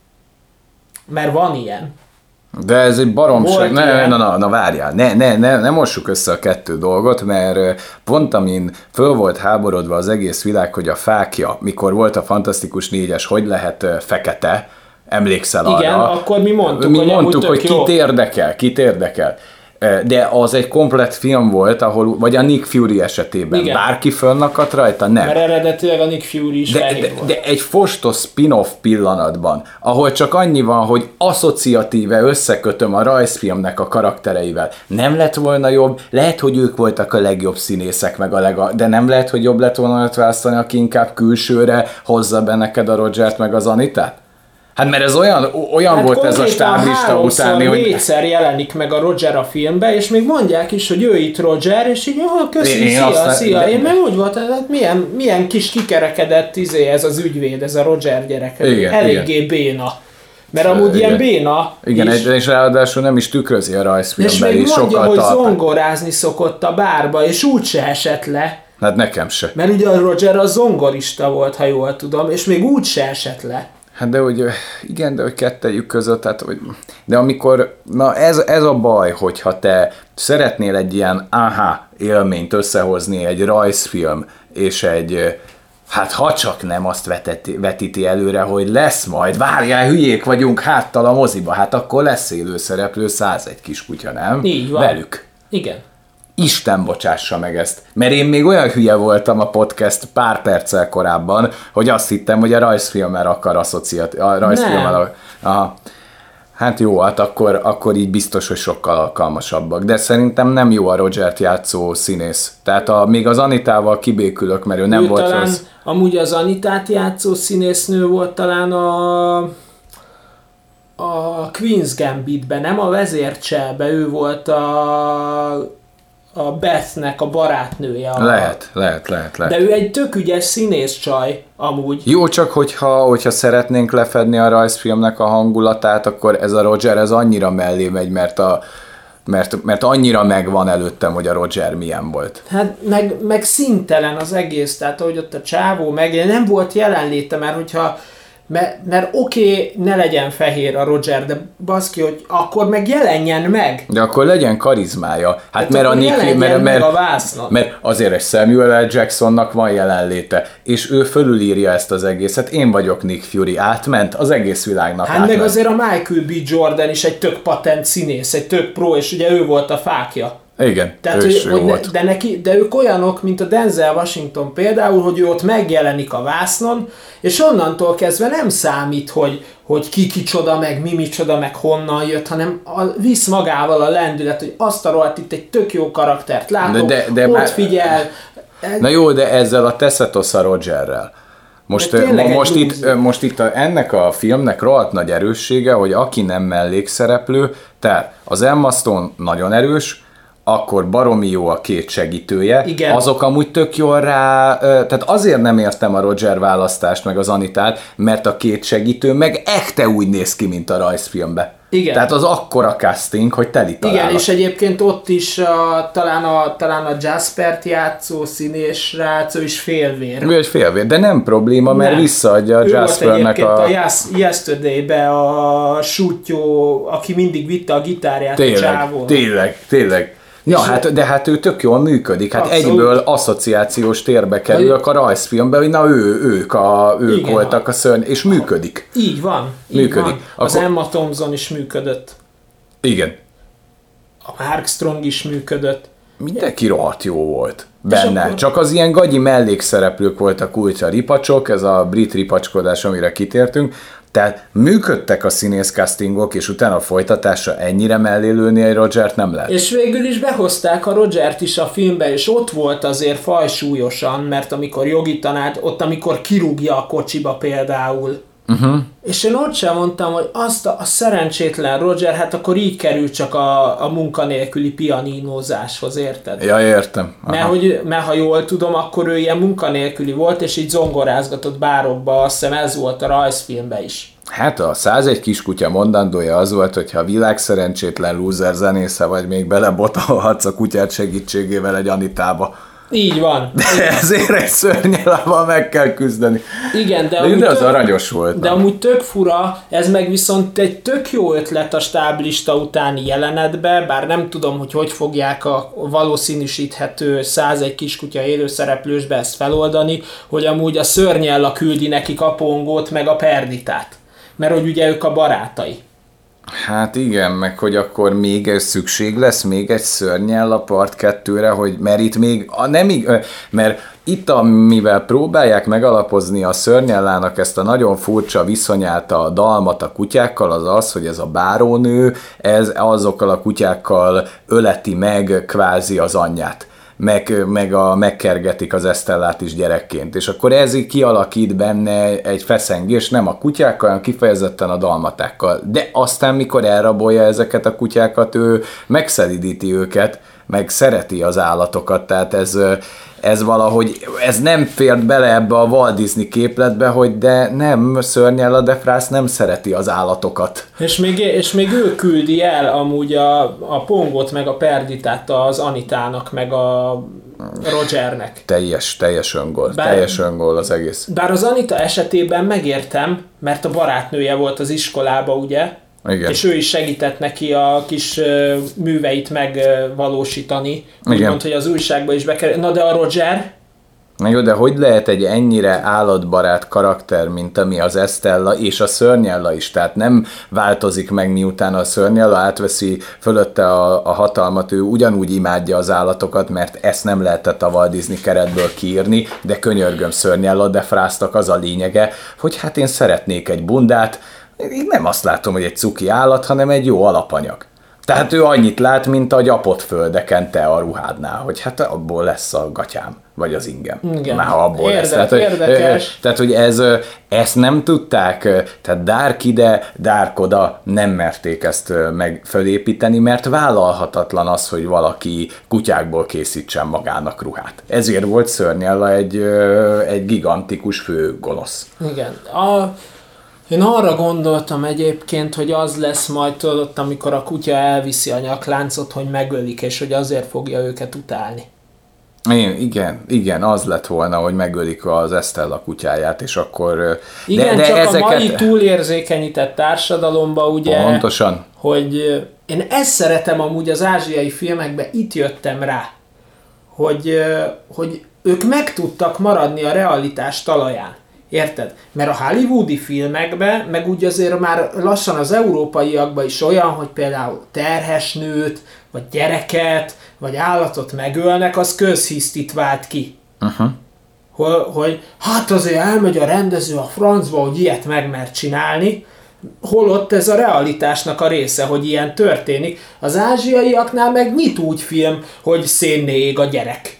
Mert van ilyen. De ez egy baromság. Na, várjál. Ne mossuk össze a kettő dolgot, mert pont amin föl volt háborodva az egész világ, hogy a fákja, mikor volt a Fantasztikus 4-es, hogy lehet fekete, emlékszel arra? Igen, akkor mi mondtuk, hogy kit érdekel. De az egy komplett film volt, ahol, vagy a Nick Fury esetében igen. Bárki fönnakadt rajta? Nem. Mert eredetileg a Nick Fury is volt. De egy fostos spin-off pillanatban, ahol csak annyi van, hogy asszociatíve összekötöm a rajzfilmnek a karaktereivel. Nem lett volna jobb? Lehet, hogy ők voltak a legjobb színészek, de nem lehet, hogy jobb lett volna olyat választani, aki inkább külsőre hozza be neked a Rogert meg az Anitát? Hát mert ez olyan hát volt ez a stáblista utáni, hogy... négyszer jelenik meg a Roger a filmbe, és még mondják is, hogy ő itt Roger, és így, köszi, szia. Én meg úgy volt, hát milyen kis kikerekedett ez az ügyvéd, ez a Roger gyerek. Igen, eléggé igen. Béna. Mert amúgy igen. Ilyen béna igen, és ráadásul nem is tükrözi a rajzfilmben. És még mondja, hogy zongorázni szokott a bárba, és úgyse esett le. Hát nekem se. Mert ugye a Roger a zongorista volt, ha jól tudom, és még úgyse esett le. Hát de hogy igen, de hogy kettejük között, tehát, hogy, de amikor, na ez a baj, hogyha te szeretnél egy ilyen élményt összehozni egy rajzfilm, és egy, hát ha csak nem azt vetíti előre, hogy lesz majd, várjál, hülyék vagyunk háttal a moziba, hát akkor lesz élőszereplő 101 kiskutya, nem? Így van. Velük. Igen. Isten bocsássa meg ezt. Mert én még olyan hülye voltam a podcast pár perccel korábban, hogy azt hittem, hogy a rajzfilmmel akar Aha. Hát jó, hát akkor így biztos, hogy sokkal alkalmasabbak. De szerintem nem jó a Rogert játszó színész. Tehát még az Anitával kibékülök, mert ő nem volt talán, rossz. Amúgy az Anitát játszó színésznő volt talán a Queen's Gambitben, nem a vezércselbe, ő volt a Bethnek a barátnője. Lehet. De ő egy tök ügyes színész csaj, amúgy. Jó, csak hogyha szeretnénk lefedni a rajzfilmnek a hangulatát, akkor ez a Roger, ez annyira mellé megy, mert annyira megvan előttem, hogy a Roger milyen volt. Hát meg színtelen az egész, tehát ahogy ott a csávó nem volt jelenléte, mert hogyha mert oké, ne legyen fehér a Roger, de baszki, hogy akkor meg jelenjen meg. De akkor legyen karizmája. Hát mert mert azért egy Samuel L. Jacksonnak van jelenléte, és ő fölülírja ezt az egészet. Én vagyok Nick Fury, átment az egész világnak. Hát meg azért a Michael B. Jordan is egy tök patent színész, egy tök pro, és ugye ő volt a fákja. Igen, tehát, volt. De ők olyanok, mint a Denzel Washington például, hogy ő ott megjelenik a vásznon, és onnantól kezdve nem számít, hogy ki kicsoda, meg mi micsoda, meg honnan jött, hanem visz magával a lendület, hogy azt a rohadt itt egy tök jó karaktert látok, de ott figyel. Na jó, de ezzel a teszetosz a Rogerrel. Most itt ennek a filmnek rohadt nagy erőssége, hogy aki nem mellékszereplő, tehát az Emma Stone nagyon erős, akkor baromi jó a két segítője. Igen. Azok amúgy tök jól tehát azért nem értem a Roger választást meg az Anitát, mert a két segítő meg ekte úgy néz ki, mint a rajzfilmbe. Igen. Tehát az akkora casting, hogy teli találat. Igen, és egyébként ott is talán a Jaspert játszó színésrác, ő is félvér. Ő egy félvér, de nem probléma, mert visszaadja a Jaspernek a Yesterday-be a sútyó, aki mindig vitte a gitárját a csávón. Tényleg. Ja, hát ő tök jól működik. Hát abszolút. Egyből asszociációs térbe kerülök a rajzfilmbe, hogy na ők voltak a szörny, és működik. Így van. Működik. Az Emma Thompson is működött. Igen. A Mark Strong is működött. Mindenki rohadt jó volt benne. Csak az ilyen gagyi mellékszereplők voltak ultra ripacsok, ez a brit ripacskodás, amire kitértünk. Tehát működtek a színészcastingok, és utána a folytatásra ennyire mellé lőni egy Rogert nem lehet. És végül is behozták a Rogert is a filmbe, és ott volt azért fajsúlyosan, mert amikor jogi tanács, ott amikor kirúgja a kocsiba például, És én ott sem mondtam, hogy azt a szerencsétlen Roger, hát akkor így kerül csak a munkanélküli pianinózáshoz, érted? Ja, értem. Mert ha jól tudom, akkor ő ilyen munkanélküli volt, és így zongorázgatott bárokba, azt hiszem ez volt a rajzfilmben is. Hát a 101 kiskutya mondandója az volt, hogy ha a világ szerencsétlen lúzer zenésze vagy, még belebotolhatsz a kutyát segítségével egy Anitába. Így van. De ezért egy szörnyelával meg kell küzdeni. Igen, de az aranyos volt. De amúgy tök fura, ez meg viszont egy tök jó ötlet a stáblista utáni jelenetbe, bár nem tudom, hogy fogják a valószínűsíthető 101 kiskutya élőszereplősbe ezt feloldani, hogy amúgy a szörnyella küldi nekik a Pongót meg a Perditát. Mert hogy ugye ők a barátai. Hát igen, meg hogy akkor még szükség lesz még egy Szörnyella part 2-re, hogy mert itt még mert itt amivel próbálják megalapozni a Szörnyellának ezt a nagyon furcsa viszonyát a dalmat a kutyákkal, az az, hogy ez a bárónő, ez azokkal a kutyákkal öleti meg kvázi az anyját. Megkergetik az Estellát is gyerekként. És akkor ez kialakít benne egy feszengés, nem a kutyákkal, hanem kifejezetten a dalmatákkal. De aztán, mikor elrabolja ezeket a kutyákat, ő megszelidíti őket, meg szereti az állatokat, tehát ez valahogy, ez nem fért bele ebbe a Walt Disney képletbe, hogy de nem, Szörnyella de Frász nem szereti az állatokat. És még ő küldi el amúgy a Pongot meg a Perditát az Anitának meg a Rogernek. Teljes öngól. Teljes öngól az egész. Bár az Anita esetében megértem, mert a barátnője volt az iskolába, ugye? Igen. És ő is segített neki a kis műveit megvalósítani. Úgymond, hogy az újságba is bekerül. Na de a Roger? Na jó, de hogy lehet egy ennyire állatbarát karakter, mint ami az Estella és a Szörnyella is? Tehát nem változik meg, miután a Szörnyella átveszi fölötte a hatalmat, ő ugyanúgy imádja az állatokat, mert ezt nem lehetett a Walt Disney keretből kiírni, de könyörgöm, Szörnyella de Frásznak az a lényege, hogy hát én szeretnék egy bundát, én nem azt látom, hogy egy cuki állat, hanem egy jó alapanyag. Tehát ő annyit lát, mint a gyapott földeken te a ruhádnál, hogy hát abból lesz a gatyám, vagy az ingem. Igen. Már abból lesz. Érdekes. Tehát, hogy ezt nem tudták, tehát Dark ide, Dark oda nem merték ezt meg fölépíteni, mert vállalhatatlan az, hogy valaki kutyákból készítsen magának ruhát. Ezért volt Szörnyella egy gigantikus fő gonosz. Igen. Én arra gondoltam egyébként, hogy az lesz majd tudod, amikor a kutya elviszi a nyakláncot, hogy megölik, és hogy azért fogja őket utálni. Igen, az lett volna, hogy megölik az Estella kutyáját, és akkor... Igen, de csak ezeket... a mai túlérzékenyített társadalomban ugye... Pontosan. Hogy én ezt szeretem amúgy az ázsiai filmekben, itt jöttem rá, hogy ők meg tudtak maradni a realitás talaján. Érted? Mert a hollywoodi filmekben, meg úgy azért már lassan az európaiakban is olyan, hogy például terhes nőt, vagy gyereket, vagy állatot megölnek, az közhisztit vált ki. Hogy hát azért elmegy a rendező a francba, hogy ilyet megmer csinálni, holott ez a realitásnak a része, hogy ilyen történik. Az ázsiaiaknál meg nyit úgy film, hogy szénné ég a gyerek.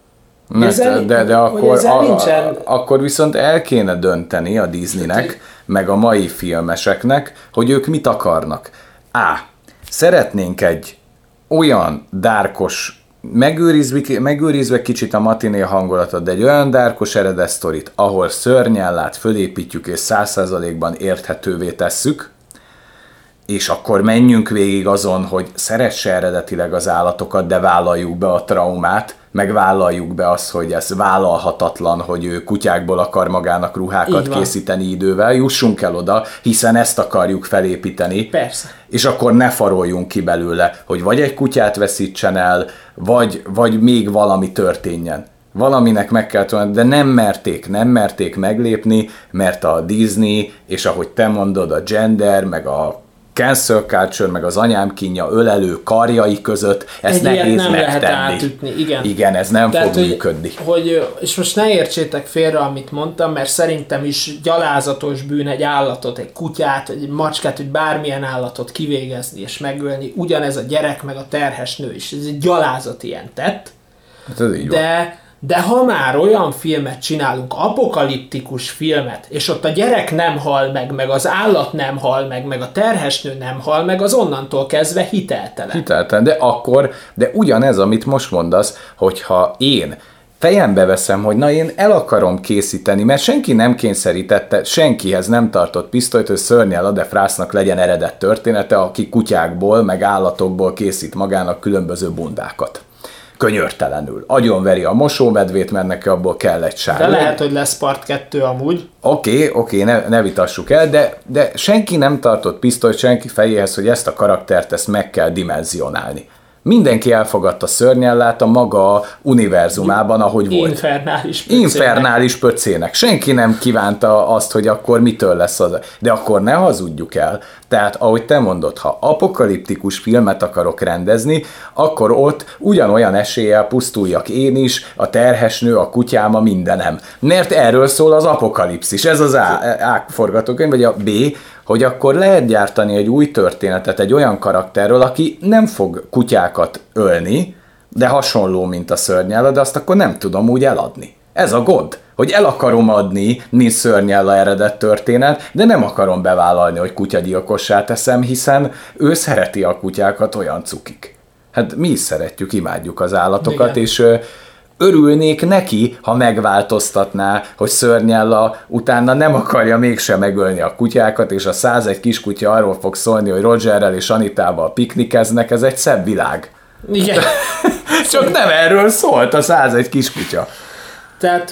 De akkor viszont el kéne dönteni a Disneynek, meg a mai filmeseknek, hogy ők mit akarnak. Szeretnénk egy olyan dárkos, megőrizve kicsit a matiné hangulatot, de egy olyan dárkos eredet sztorit, ahol Szörnyellát fölépítjük és 100%-ban érthetővé tesszük, és akkor menjünk végig azon, hogy szeresse eredetileg az állatokat, de vállaljuk be a traumát, meg vállaljuk be azt, hogy ez vállalhatatlan, hogy ő kutyákból akar magának ruhákat készíteni idővel, jussunk el oda, hiszen ezt akarjuk felépíteni. Persze. És akkor ne faroljunk ki belőle, hogy vagy egy kutyát veszítsen el, vagy még valami történjen. Valaminek meg kell tudni, de nem merték meglépni, mert a Disney, és ahogy te mondod, a gender, meg a cancel culture, meg az anyám kínja ölelő karjai között, ezt nehéz nem megtenni. Lehet átütni, Igen, ez nem fog működni. És most ne értsétek félre, amit mondtam, mert szerintem is gyalázatos bűn egy állatot, egy kutyát, egy macskát, vagy bármilyen állatot kivégezni és megölni. Ugyanez a gyerek, meg a terhes nő is. Ez egy gyalázat ilyen tett. Hát ez így De ha már olyan filmet csinálunk, apokaliptikus filmet, és ott a gyerek nem hal meg az állat nem hal meg a terhesnő nem hal meg, az onnantól kezdve hiteltelen. Hiteltelen, de ugyanez, amit most mondasz, hogyha én fejembe veszem, hogy na én el akarom készíteni, mert senki nem kényszerítette, senkihez nem tartott pisztolyt, hogy Szörnyel de Frásznak legyen eredet története, aki kutyákból, meg állatokból készít magának különböző bundákat. Könyörtelenül. Agyonveri a mosómedvét, mert neki abból kell egy sár. De lehet, hogy lesz part 2 amúgy. Oké, ne vitassuk el, de senki nem tartott pisztolyt senki fejéhez, hogy ezt a karaktert ezt meg kell dimenzionálni. Mindenki elfogadta Szörnyellát a maga univerzumában, ahogy volt. Infernális pöcének. Senki nem kívánta azt, hogy akkor mitől lesz az. De akkor ne hazudjuk el. Tehát, ahogy te mondod, ha apokaliptikus filmet akarok rendezni, akkor ott ugyanolyan eséllyel pusztuljak én is, a terhesnő, a kutyám, a mindenem. Mert erről szól az apokalipszis. Ez az A forgatókönyv, vagy a B, hogy akkor lehet gyártani egy új történetet egy olyan karakterről, aki nem fog kutyákat ölni, de hasonló, mint a Szörnyella, de azt akkor nem tudom úgy eladni. Ez a gond, hogy el akarom adni, mint Szörnyella eredet történet, de nem akarom bevállalni, hogy kutyagyilkossá teszem, hiszen ő szereti a kutyákat, olyan cukik. Hát mi is szeretjük, imádjuk az állatokat, igen. És örülnék neki, ha megváltoztatná, hogy Szörnyella utána nem akarja mégsem megölni a kutyákat, és a 101 kiskutya arról fog szólni, hogy Rogerrel és Anitával piknikeznek, ez egy szebb világ. Igen. Csak nem erről szólt a 101 kiskutya. Tehát,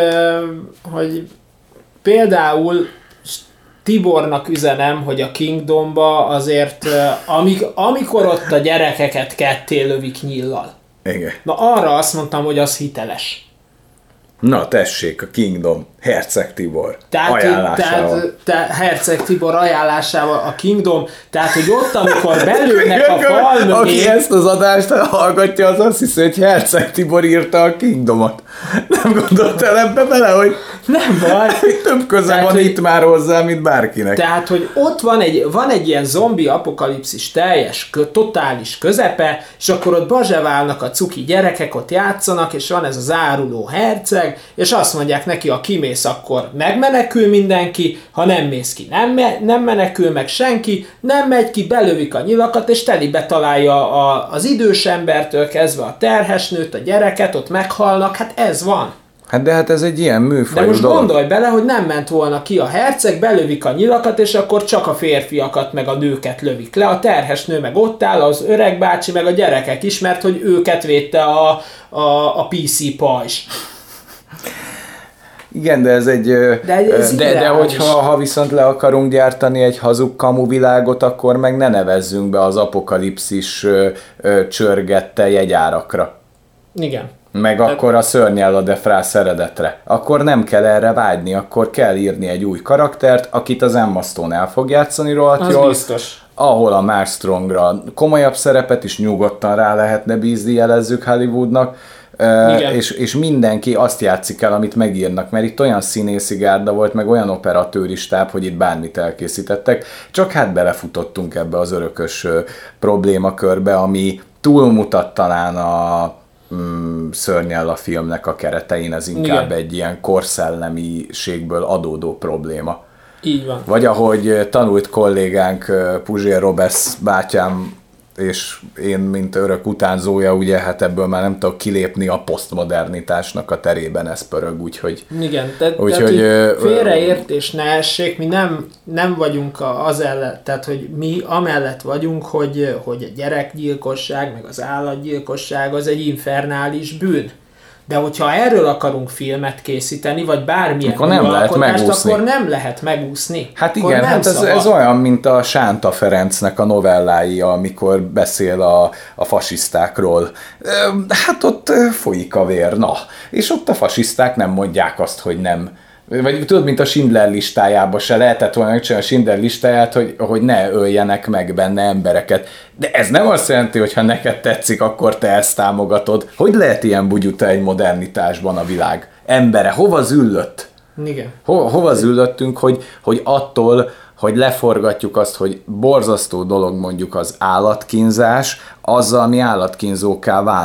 hogy például Tibornak üzenem, hogy a Kingdomba azért, amikor ott a gyerekeket ketté lövik nyíllal. Igen. Na arra azt mondtam, hogy az hiteles. Na tessék, a Kingdom, Herceg Tibor ajánlásával. Tehát Herceg Tibor ajánlásával a Kingdom, tehát hogy ott, amikor belőnek a fal mögé... Aki ezt az adást hallgatja, az azt hiszi, hogy Herceg Tibor írta a Kingdomot. Nem gondoltál ebbe bele, hogy nem baj. Több köze tehát, van itt már hozzá, mint bárkinek. Tehát, hogy ott van egy ilyen zombi apokalipszis teljes, totális közepe, és akkor ott bazseválnak a cuki gyerekek, ott játszanak, és van ez az áruló herceg, és azt mondják neki, ha kimész, akkor megmenekül mindenki, ha nem mész ki, nem menekül meg senki, nem megy ki, belövik a nyilakat, és telibe találja az idős embertől kezdve a terhesnőt, a gyereket, ott meghalnak, hát ez van. Hát ez egy ilyen műfajú De most dolog. Gondolj bele, hogy nem ment volna ki a herceg, belövik a nyilakat, és akkor csak a férfiakat meg a nőket lövik le. A terhesnő meg ott áll, az öreg bácsi meg a gyerekek is, mert hogy őket védte a PC pajzs. Igen, de ez egy... De hogyha viszont le akarunk gyártani egy hazug kamuvilágot, akkor meg ne nevezzünk be az apokalipszis csörgette jegyárakra. Igen. Meg akkor a Szörnyella de Frász eredetre. Akkor nem kell erre vágyni, akkor kell írni egy új karaktert, akit az Emma Stone el fog játszani rohadt jól. Biztos. Ahol a Mark Strongra komolyabb szerepet is nyugodtan rá lehetne bízni, jelezzük Hollywoodnak. És mindenki azt játszik el, amit megírnak, mert itt olyan színészi gárda volt, meg olyan operatőri stáb, hogy itt bármit elkészítettek, csak hát belefutottunk ebbe az örökös problémakörbe, ami túlmutat talán a Szörnyella filmnek a keretein, ez inkább egy ilyen korszellemiségből adódó probléma. Így van. Vagy ahogy tanult kollégánk Puzsér Roberts bátyám, és én, mint örök utánzója, ugye, hát ebből már nem tudok kilépni, a posztmodernitásnak a terében ez pörög, úgyhogy... Igen, tehát félreértés ne essék, mi nem vagyunk az ellen, tehát hogy mi amellett vagyunk, hogy a gyerekgyilkosság, meg az állatgyilkosság az egy infernális bűn. De hogyha erről akarunk filmet készíteni, vagy bármilyen akkor nem lehet megúszni. Akkor nem lehet megúszni. Hát igen, hát ez olyan, mint a Sánta Ferencnek a novellái, amikor beszél a fasisztákról. Hát ott folyik a vér, na. És ott a fasiszták nem mondják azt, hogy nem. Vagy tudod, mint a Schindler listájában se lehetett volna megcsinálni a Schindler listáját, hogy ne öljenek meg benne embereket. De ez nem azt jelenti, hogy ha neked tetszik, akkor te ezt támogatod. Hogy lehet ilyen bugyuta egy modernitásban a világ? Embere, hova züllött? Igen. Hova züllöttünk, hogy attól, hogy leforgatjuk azt, hogy borzasztó dolog mondjuk az állatkínzás, azzal mi állatkínzókká válunk.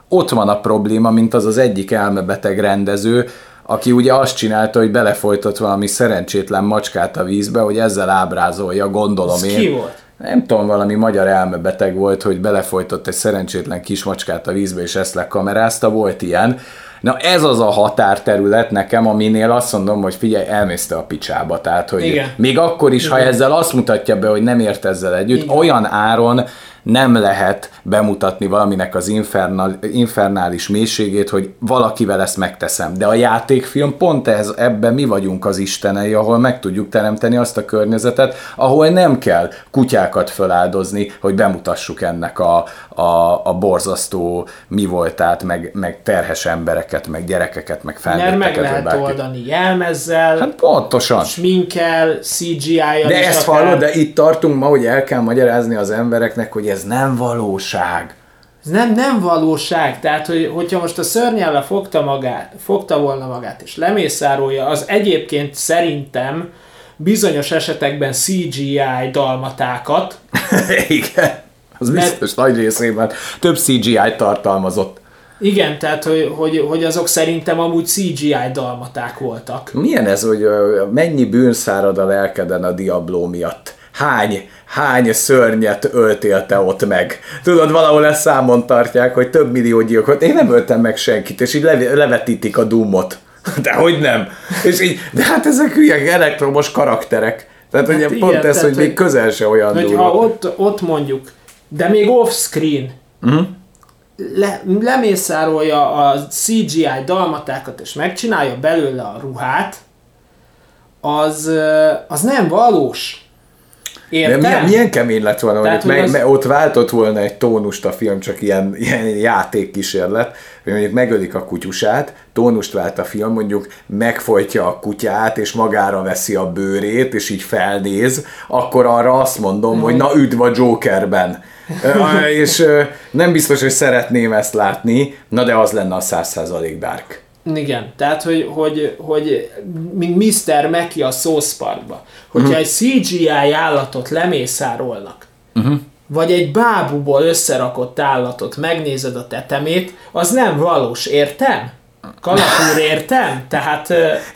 ott van a probléma, mint az egyik elmebeteg rendező, aki ugye azt csinálta, hogy belefolytott valami szerencsétlen macskát a vízbe, hogy ezzel ábrázolja, gondolom Ez én. ki volt? Nem tudom, valami magyar elmebeteg volt, hogy belefolytott egy szerencsétlen kismacskát a vízbe, és ezt lekamerázta, volt ilyen. Na ez az a határterület nekem, aminél azt mondom, hogy figyelj, elmészte a picsába. Tehát, hogy igen. még akkor is, ha ezzel azt mutatja be, hogy nem ért ezzel együtt, igen. olyan áron nem lehet bemutatni valaminek az infernális mélységét, hogy valakivel ezt megteszem. De a játékfilm pont ebben mi vagyunk az istenei, ahol meg tudjuk teremteni azt a környezetet, ahol nem kell kutyákat föláldozni, hogy bemutassuk ennek a borzasztó mi voltát, meg terhes embereket, meg gyerekeket, meg felnőtteket. Mert meg lehet oldani jelmezzel, hát pontosan. sminkkel, CGI-jal. De ezt hallod, de itt tartunk ma, hogy el kell magyarázni az embereknek, hogy ez nem valóság. Ez nem valóság. Tehát, hogyha most a szörnyellel fogta volna magát, és lemészárolja, az egyébként szerintem bizonyos esetekben CGI dalmatákat. Igen, az biztos nagy részében több CGI tartalmazott. Igen, tehát, hogy azok szerintem amúgy CGI dalmaták voltak. Milyen ez, hogy mennyi bűn szárad a lelkeden a Diablo miatt? Hány szörnyet öltél te ott meg? Tudod, valahol ezt számon tartják, hogy több millió gyilkot. Én nem öltem meg senkit, és így levetítik a Doomot. De hogy nem? És így, de hát ezek hülye elektromos karakterek. Tehát hát ugye igen, pont ez, hogy még közel se olyan durva. Ha ott mondjuk, de még off-screen, lemészárolja a CGI dalmatákat, és megcsinálja belőle a ruhát, az nem valós. De milyen kemény lett volna, tehát, hogy ott váltott volna egy tónust a film, csak ilyen játékkísérlet, hogy mondjuk megölik a kutyusát, tónust vált a film, mondjuk megfojtja a kutyát, és magára veszi a bőrét, és így felnéz, akkor arra azt mondom, hogy na üdv a Jokerben. És nem biztos, hogy szeretném ezt látni, na de az lenne a 100% Dark. Igen, tehát, hogy mint Mr. Mackey a South Parkba, hogyha egy CGI állatot lemészárolnak, vagy egy bábuból összerakott állatot megnézed a tetemét, az nem valós, értem? Kalapúr, értem? Tehát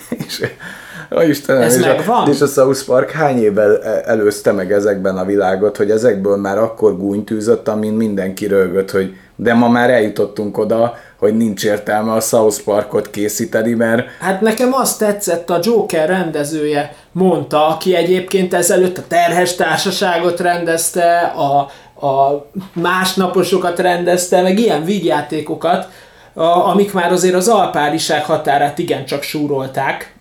Istenem, ez megvan. És a South Park hány évvel előzte meg ezekben a világot, hogy ezekből már akkor gúnytűzött, amin mindenki röhögött, hogy de ma már eljutottunk oda, hogy nincs értelme a South Parkot készíteni, mert... Hát nekem azt tetszett, a Joker rendezője mondta, aki egyébként ezelőtt a Terhes Társaságot rendezte, a másnaposokat rendezte, meg ilyen vígjátékokat, amik már azért az alpáriság határát igencsak súrolták.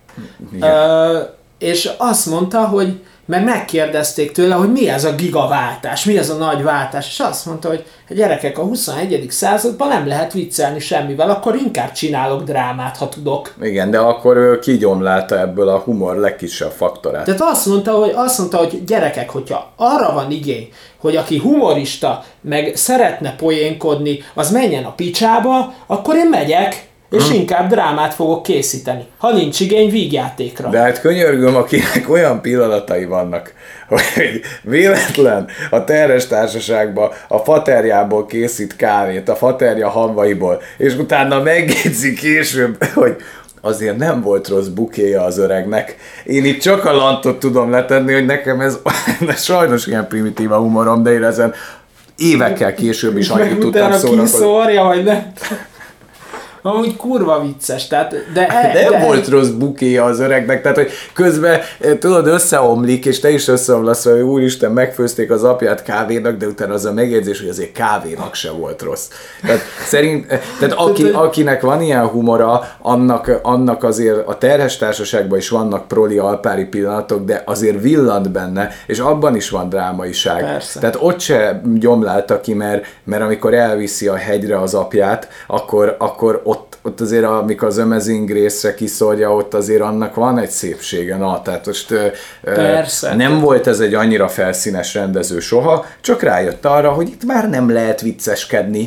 És azt mondta, hogy mert megkérdezték tőle, hogy mi ez a gigaváltás, mi ez a nagy váltás, és azt mondta, hogy gyerekek, a 21. században nem lehet viccelni semmivel, akkor inkább csinálok drámát, ha tudok. Igen, de akkor ő kigyomlálta ebből a humor legkisebb faktorát. Tehát azt mondta, hogy gyerekek, hogyha arra van igény, hogy aki humorista, meg szeretne poénkodni, az menjen a picsába, akkor én megyek, és inkább drámát fogok készíteni. Ha nincs igény, vígjátékra. De hát könyörgöm, akinek olyan pillanatai vannak, hogy véletlen a Terhes Társaságban a faterjából készít kávét, a faterja hamvaiból, és utána megjegyzi később, hogy azért nem volt rossz bukéja az öregnek. Én itt csak a lantot tudom letenni, hogy nekem ez sajnos ilyen primitív a humorom, de én ezen évekkel később is annyit tudtam szórakozni. Kiszórja, vagy nem? Amúgy kurva vicces, tehát... De volt rossz bukéja az öregnek, tehát hogy közben, tudod, összeomlik, és te is összeomlasz, hogy úristen, megfőzték az apját kávénak, de utána az a megjegyzés, hogy azért kávénak se volt rossz. Tehát akinek van ilyen humora, annak azért a Terhes Társaságban is vannak proli alpári pillanatok, de azért villant benne, és abban is van drámaiság. Persze. Tehát ott se gyomlálta ki, mert amikor elviszi a hegyre az apját, akkor ott azért, amikor az Amazing Grace-re kiszórja, ott azért annak van egy szépsége. Na, tehát most nem volt ez egy annyira felszínes rendező soha, csak rájött arra, hogy itt már nem lehet vicceskedni.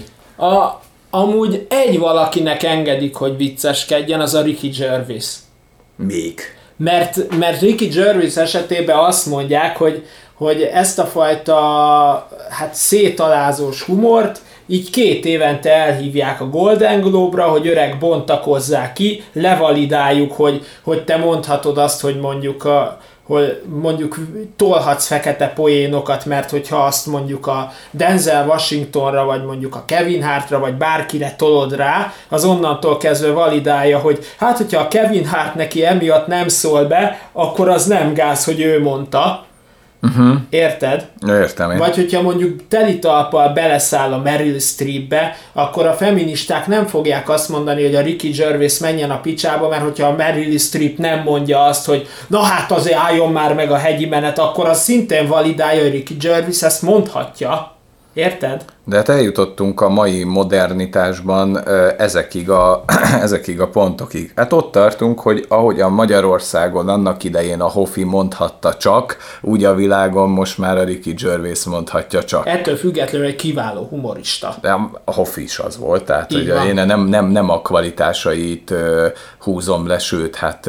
Amúgy egy valakinek engedik, hogy vicceskedjen, az a Ricky Gervais. Még. Mert Ricky Gervais esetében azt mondják, hogy ezt a fajta szétalázós humort így 2 évente elhívják a Golden Globe-ra, hogy öreg bontakozzák ki, levalidáljuk, hogy te mondhatod azt, hogy mondjuk tolhatsz fekete poénokat, mert hogyha azt mondjuk a Denzel Washingtonra, vagy mondjuk a Kevin Hartra, vagy bárkire tolod rá, az onnantól kezdve validálja, hogy hát, hogyha a Kevin Hart neki emiatt nem szól be, akkor az nem gáz, hogy ő mondta. Érted? Értem én. Vagy hogyha mondjuk teli talppal beleszáll a Meryl Streepbe, akkor a feministák nem fogják azt mondani, hogy a Ricky Gervais menjen a picsába, mert hogyha a Meryl Streep nem mondja azt, hogy na hát azért álljon már meg a hegyi menet, akkor az szintén validálja, hogy Ricky Gervais ezt mondhatja. Érted? De hát eljutottunk a mai modernitásban ezekig a pontokig. Hát ott tartunk, hogy ahogy a Magyarországon annak idején a Hofi mondhatta csak, úgy a világon most már a Ricky Gervais mondhatja csak. Ettől függetlenül egy kiváló humorista. De a Hofi is az volt, tehát így hogy van. én nem a kvalitásait húzom le, sőt, hát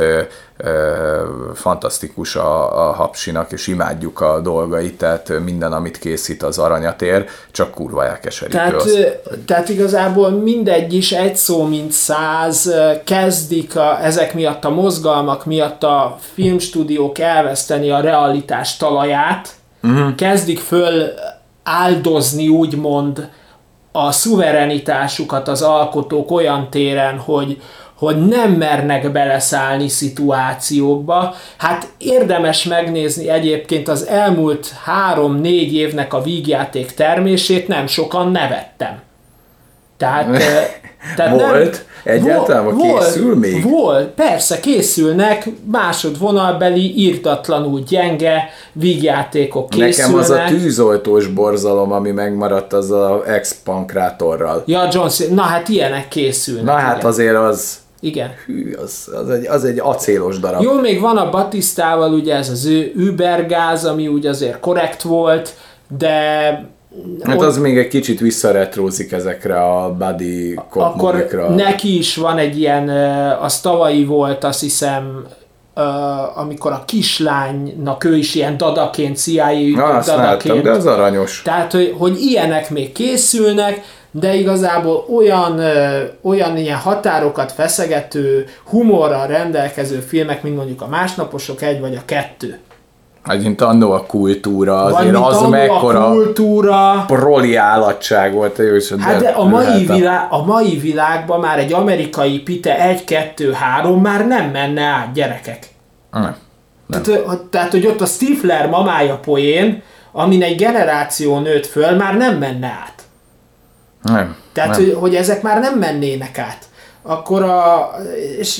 fantasztikus a Hapsinak, és imádjuk a dolgait, tehát minden, amit készít, az aranyat ér, csak kurva elkeserítő. Tehát igazából mindegy is, egy szó mint 100, kezdik ezek miatt a mozgalmak miatt a filmstúdiók elveszteni a realitás talaját, kezdik föl áldozni úgymond a szuverenitásukat az alkotók olyan téren, hogy nem mernek beleszállni szituációkba. Hát érdemes megnézni egyébként az elmúlt 3-4 évnek a vígjáték termését, nem sokan nevettem. Tehát volt? Egyáltalán készül még? Volt, persze készülnek, másodvonalbeli, írtatlanul gyenge vígjátékok készülnek. Nekem az a tűzoltós borzalom, ami megmaradt, az a ex-pankrátorral. Ja, John Cena, na hát ilyenek készülnek. Na hát igen. Azért az... Igen. Hű, az egy acélos darab. Jó, még van a Batistával ugye ez az ő übergáz, ami úgy azért korrekt volt, de... Hát az még egy kicsit visszaretrózik ezekre a buddy cop movie-kra. Akkor neki is van egy ilyen, az tavalyi volt, azt hiszem, amikor a kislánynak ő is ilyen dadaként, CIA dadaként. De az aranyos. Tehát, hogy ilyenek még készülnek, de igazából olyan ilyen határokat feszegető, humorral rendelkező filmek, mint mondjuk a Másnaposok 1 vagy a 2. Hát mint annó a kultúra, vagy azért az mekkora proli állatság volt. Hát de a mai világban már egy amerikai pite 1, 2, 3 már nem menne át, gyerekek. Nem. Tehát, hogy ott a Stifler mamája poén, amin egy generáció nőtt föl, már nem menne át. Nem. Tehát, hogy ezek már nem mennének át. Akkor és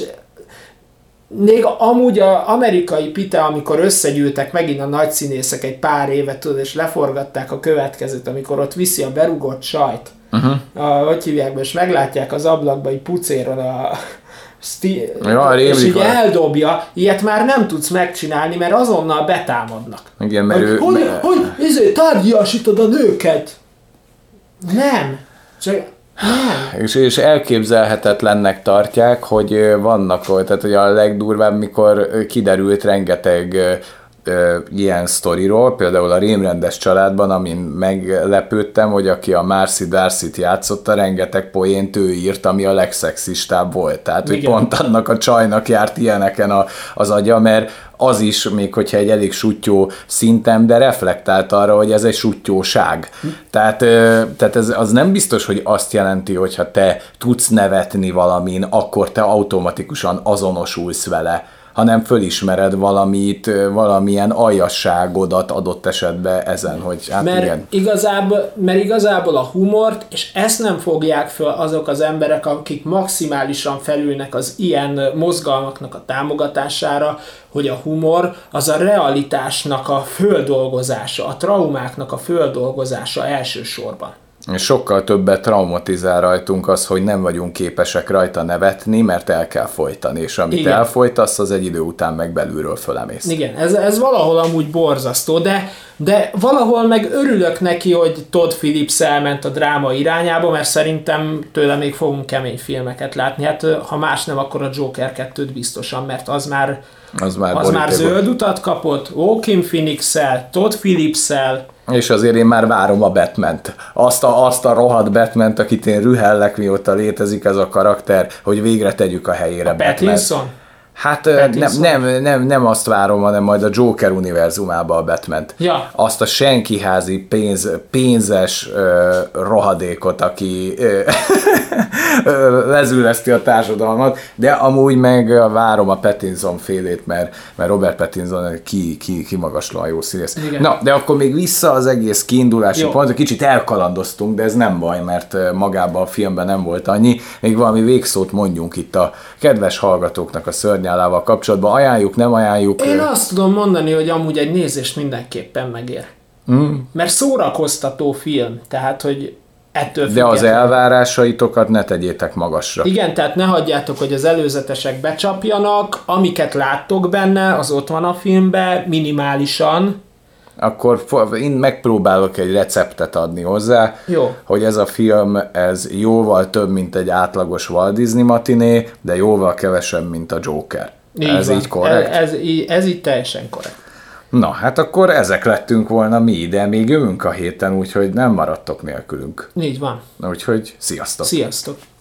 még amúgy az amerikai pite, amikor összegyűltek megint a nagy színészek egy pár évet, tudod, és leforgatták a következőt, amikor ott viszi a berugott sajt, hogy hívják be, és meglátják az ablakba, hogy pucéron és így eldobja, ilyet már nem tudsz megcsinálni, mert azonnal betámadnak. Igen, mert hogy tárgyasítod a nőket? Nem. Csak nem. És elképzelhetetlennek tartják, hogy vannak ott, tehát hogy a legdurvább, mikor kiderült rengeteg ilyen sztoriról, például a Rémrendes családban, amin meglepődtem, hogy aki a Marcy Darcy-t játszotta, rengeteg poént ő írt, ami a legszexistább volt. Tehát, hogy pont annak a csajnak járt ilyeneken az agya, mert az is, még hogyha egy elég suttyó szinten, de reflektált arra, hogy ez egy suttyóság. Tehát ez az nem biztos, hogy azt jelenti, hogy ha te tudsz nevetni valamin, akkor te automatikusan azonosulsz vele, hanem fölismered valamilyen aljasságodat adott esetben ezen, hogy hát igen. Mert igazából a humort, és ezt nem fogják föl azok az emberek, akik maximálisan felülnek az ilyen mozgalmaknak a támogatására, hogy a humor az a realitásnak a földolgozása, a traumáknak a földolgozása elsősorban. Sokkal többet traumatizál rajtunk az, hogy nem vagyunk képesek rajta nevetni, mert el kell folytani, és amit elfolytasz, az egy idő után meg belülről fölemész. Igen, ez valahol amúgy borzasztó, de valahol meg örülök neki, hogy Todd Phillips elment a dráma irányába, mert szerintem tőle még fogunk kemény filmeket látni. Hát ha más nem, akkor a Joker 2-t biztosan, mert az már zöld utat kapott, Joaquin Phoenix-szel, Todd Phillips-szel, És azért én már várom a Batmant. Azt a rohadt Batmant, akit én rühellek, mióta létezik ez a karakter, hogy végre tegyük a helyére A Pattinson? Hát nem azt várom, hanem majd a Joker univerzumába a Batmant. Ja. Azt a senkiházi pénzes rohadékot, aki lezüleszti a társadalmat, de amúgy meg várom a Pattinson félét, mert Robert Pattinson kimagaslóan jó színész. Igen. Na, de akkor még vissza az egész kiindulási pont, kicsit elkalandoztunk, de ez nem baj, mert magában a filmben nem volt annyi. Még valami végszót mondjunk itt a kedves hallgatóknak a Szörnyállával kapcsolatban. Ajánljuk, nem ajánljuk? Én azt tudom mondani, hogy amúgy egy nézést mindenképpen megér. Mert szórakoztató film, tehát, hogy ettől de az elvárásaitokat ne tegyétek magasra. Igen, tehát ne hagyjátok, hogy az előzetesek becsapjanak, amiket láttok benne, az ott van a filmben, minimálisan. Akkor én megpróbálok egy receptet adni hozzá, Jó. hogy ez a film, ez jóval több, mint egy átlagos Walt Disney matiné, de jóval kevesebb, mint a Joker. Ez így korrekt? Ez így teljesen korrekt. Na, hát akkor ezek lettünk volna mi, de még jövünk a héten, úgyhogy nem maradtok nélkülünk. Így van. Úgyhogy sziasztok! Sziasztok!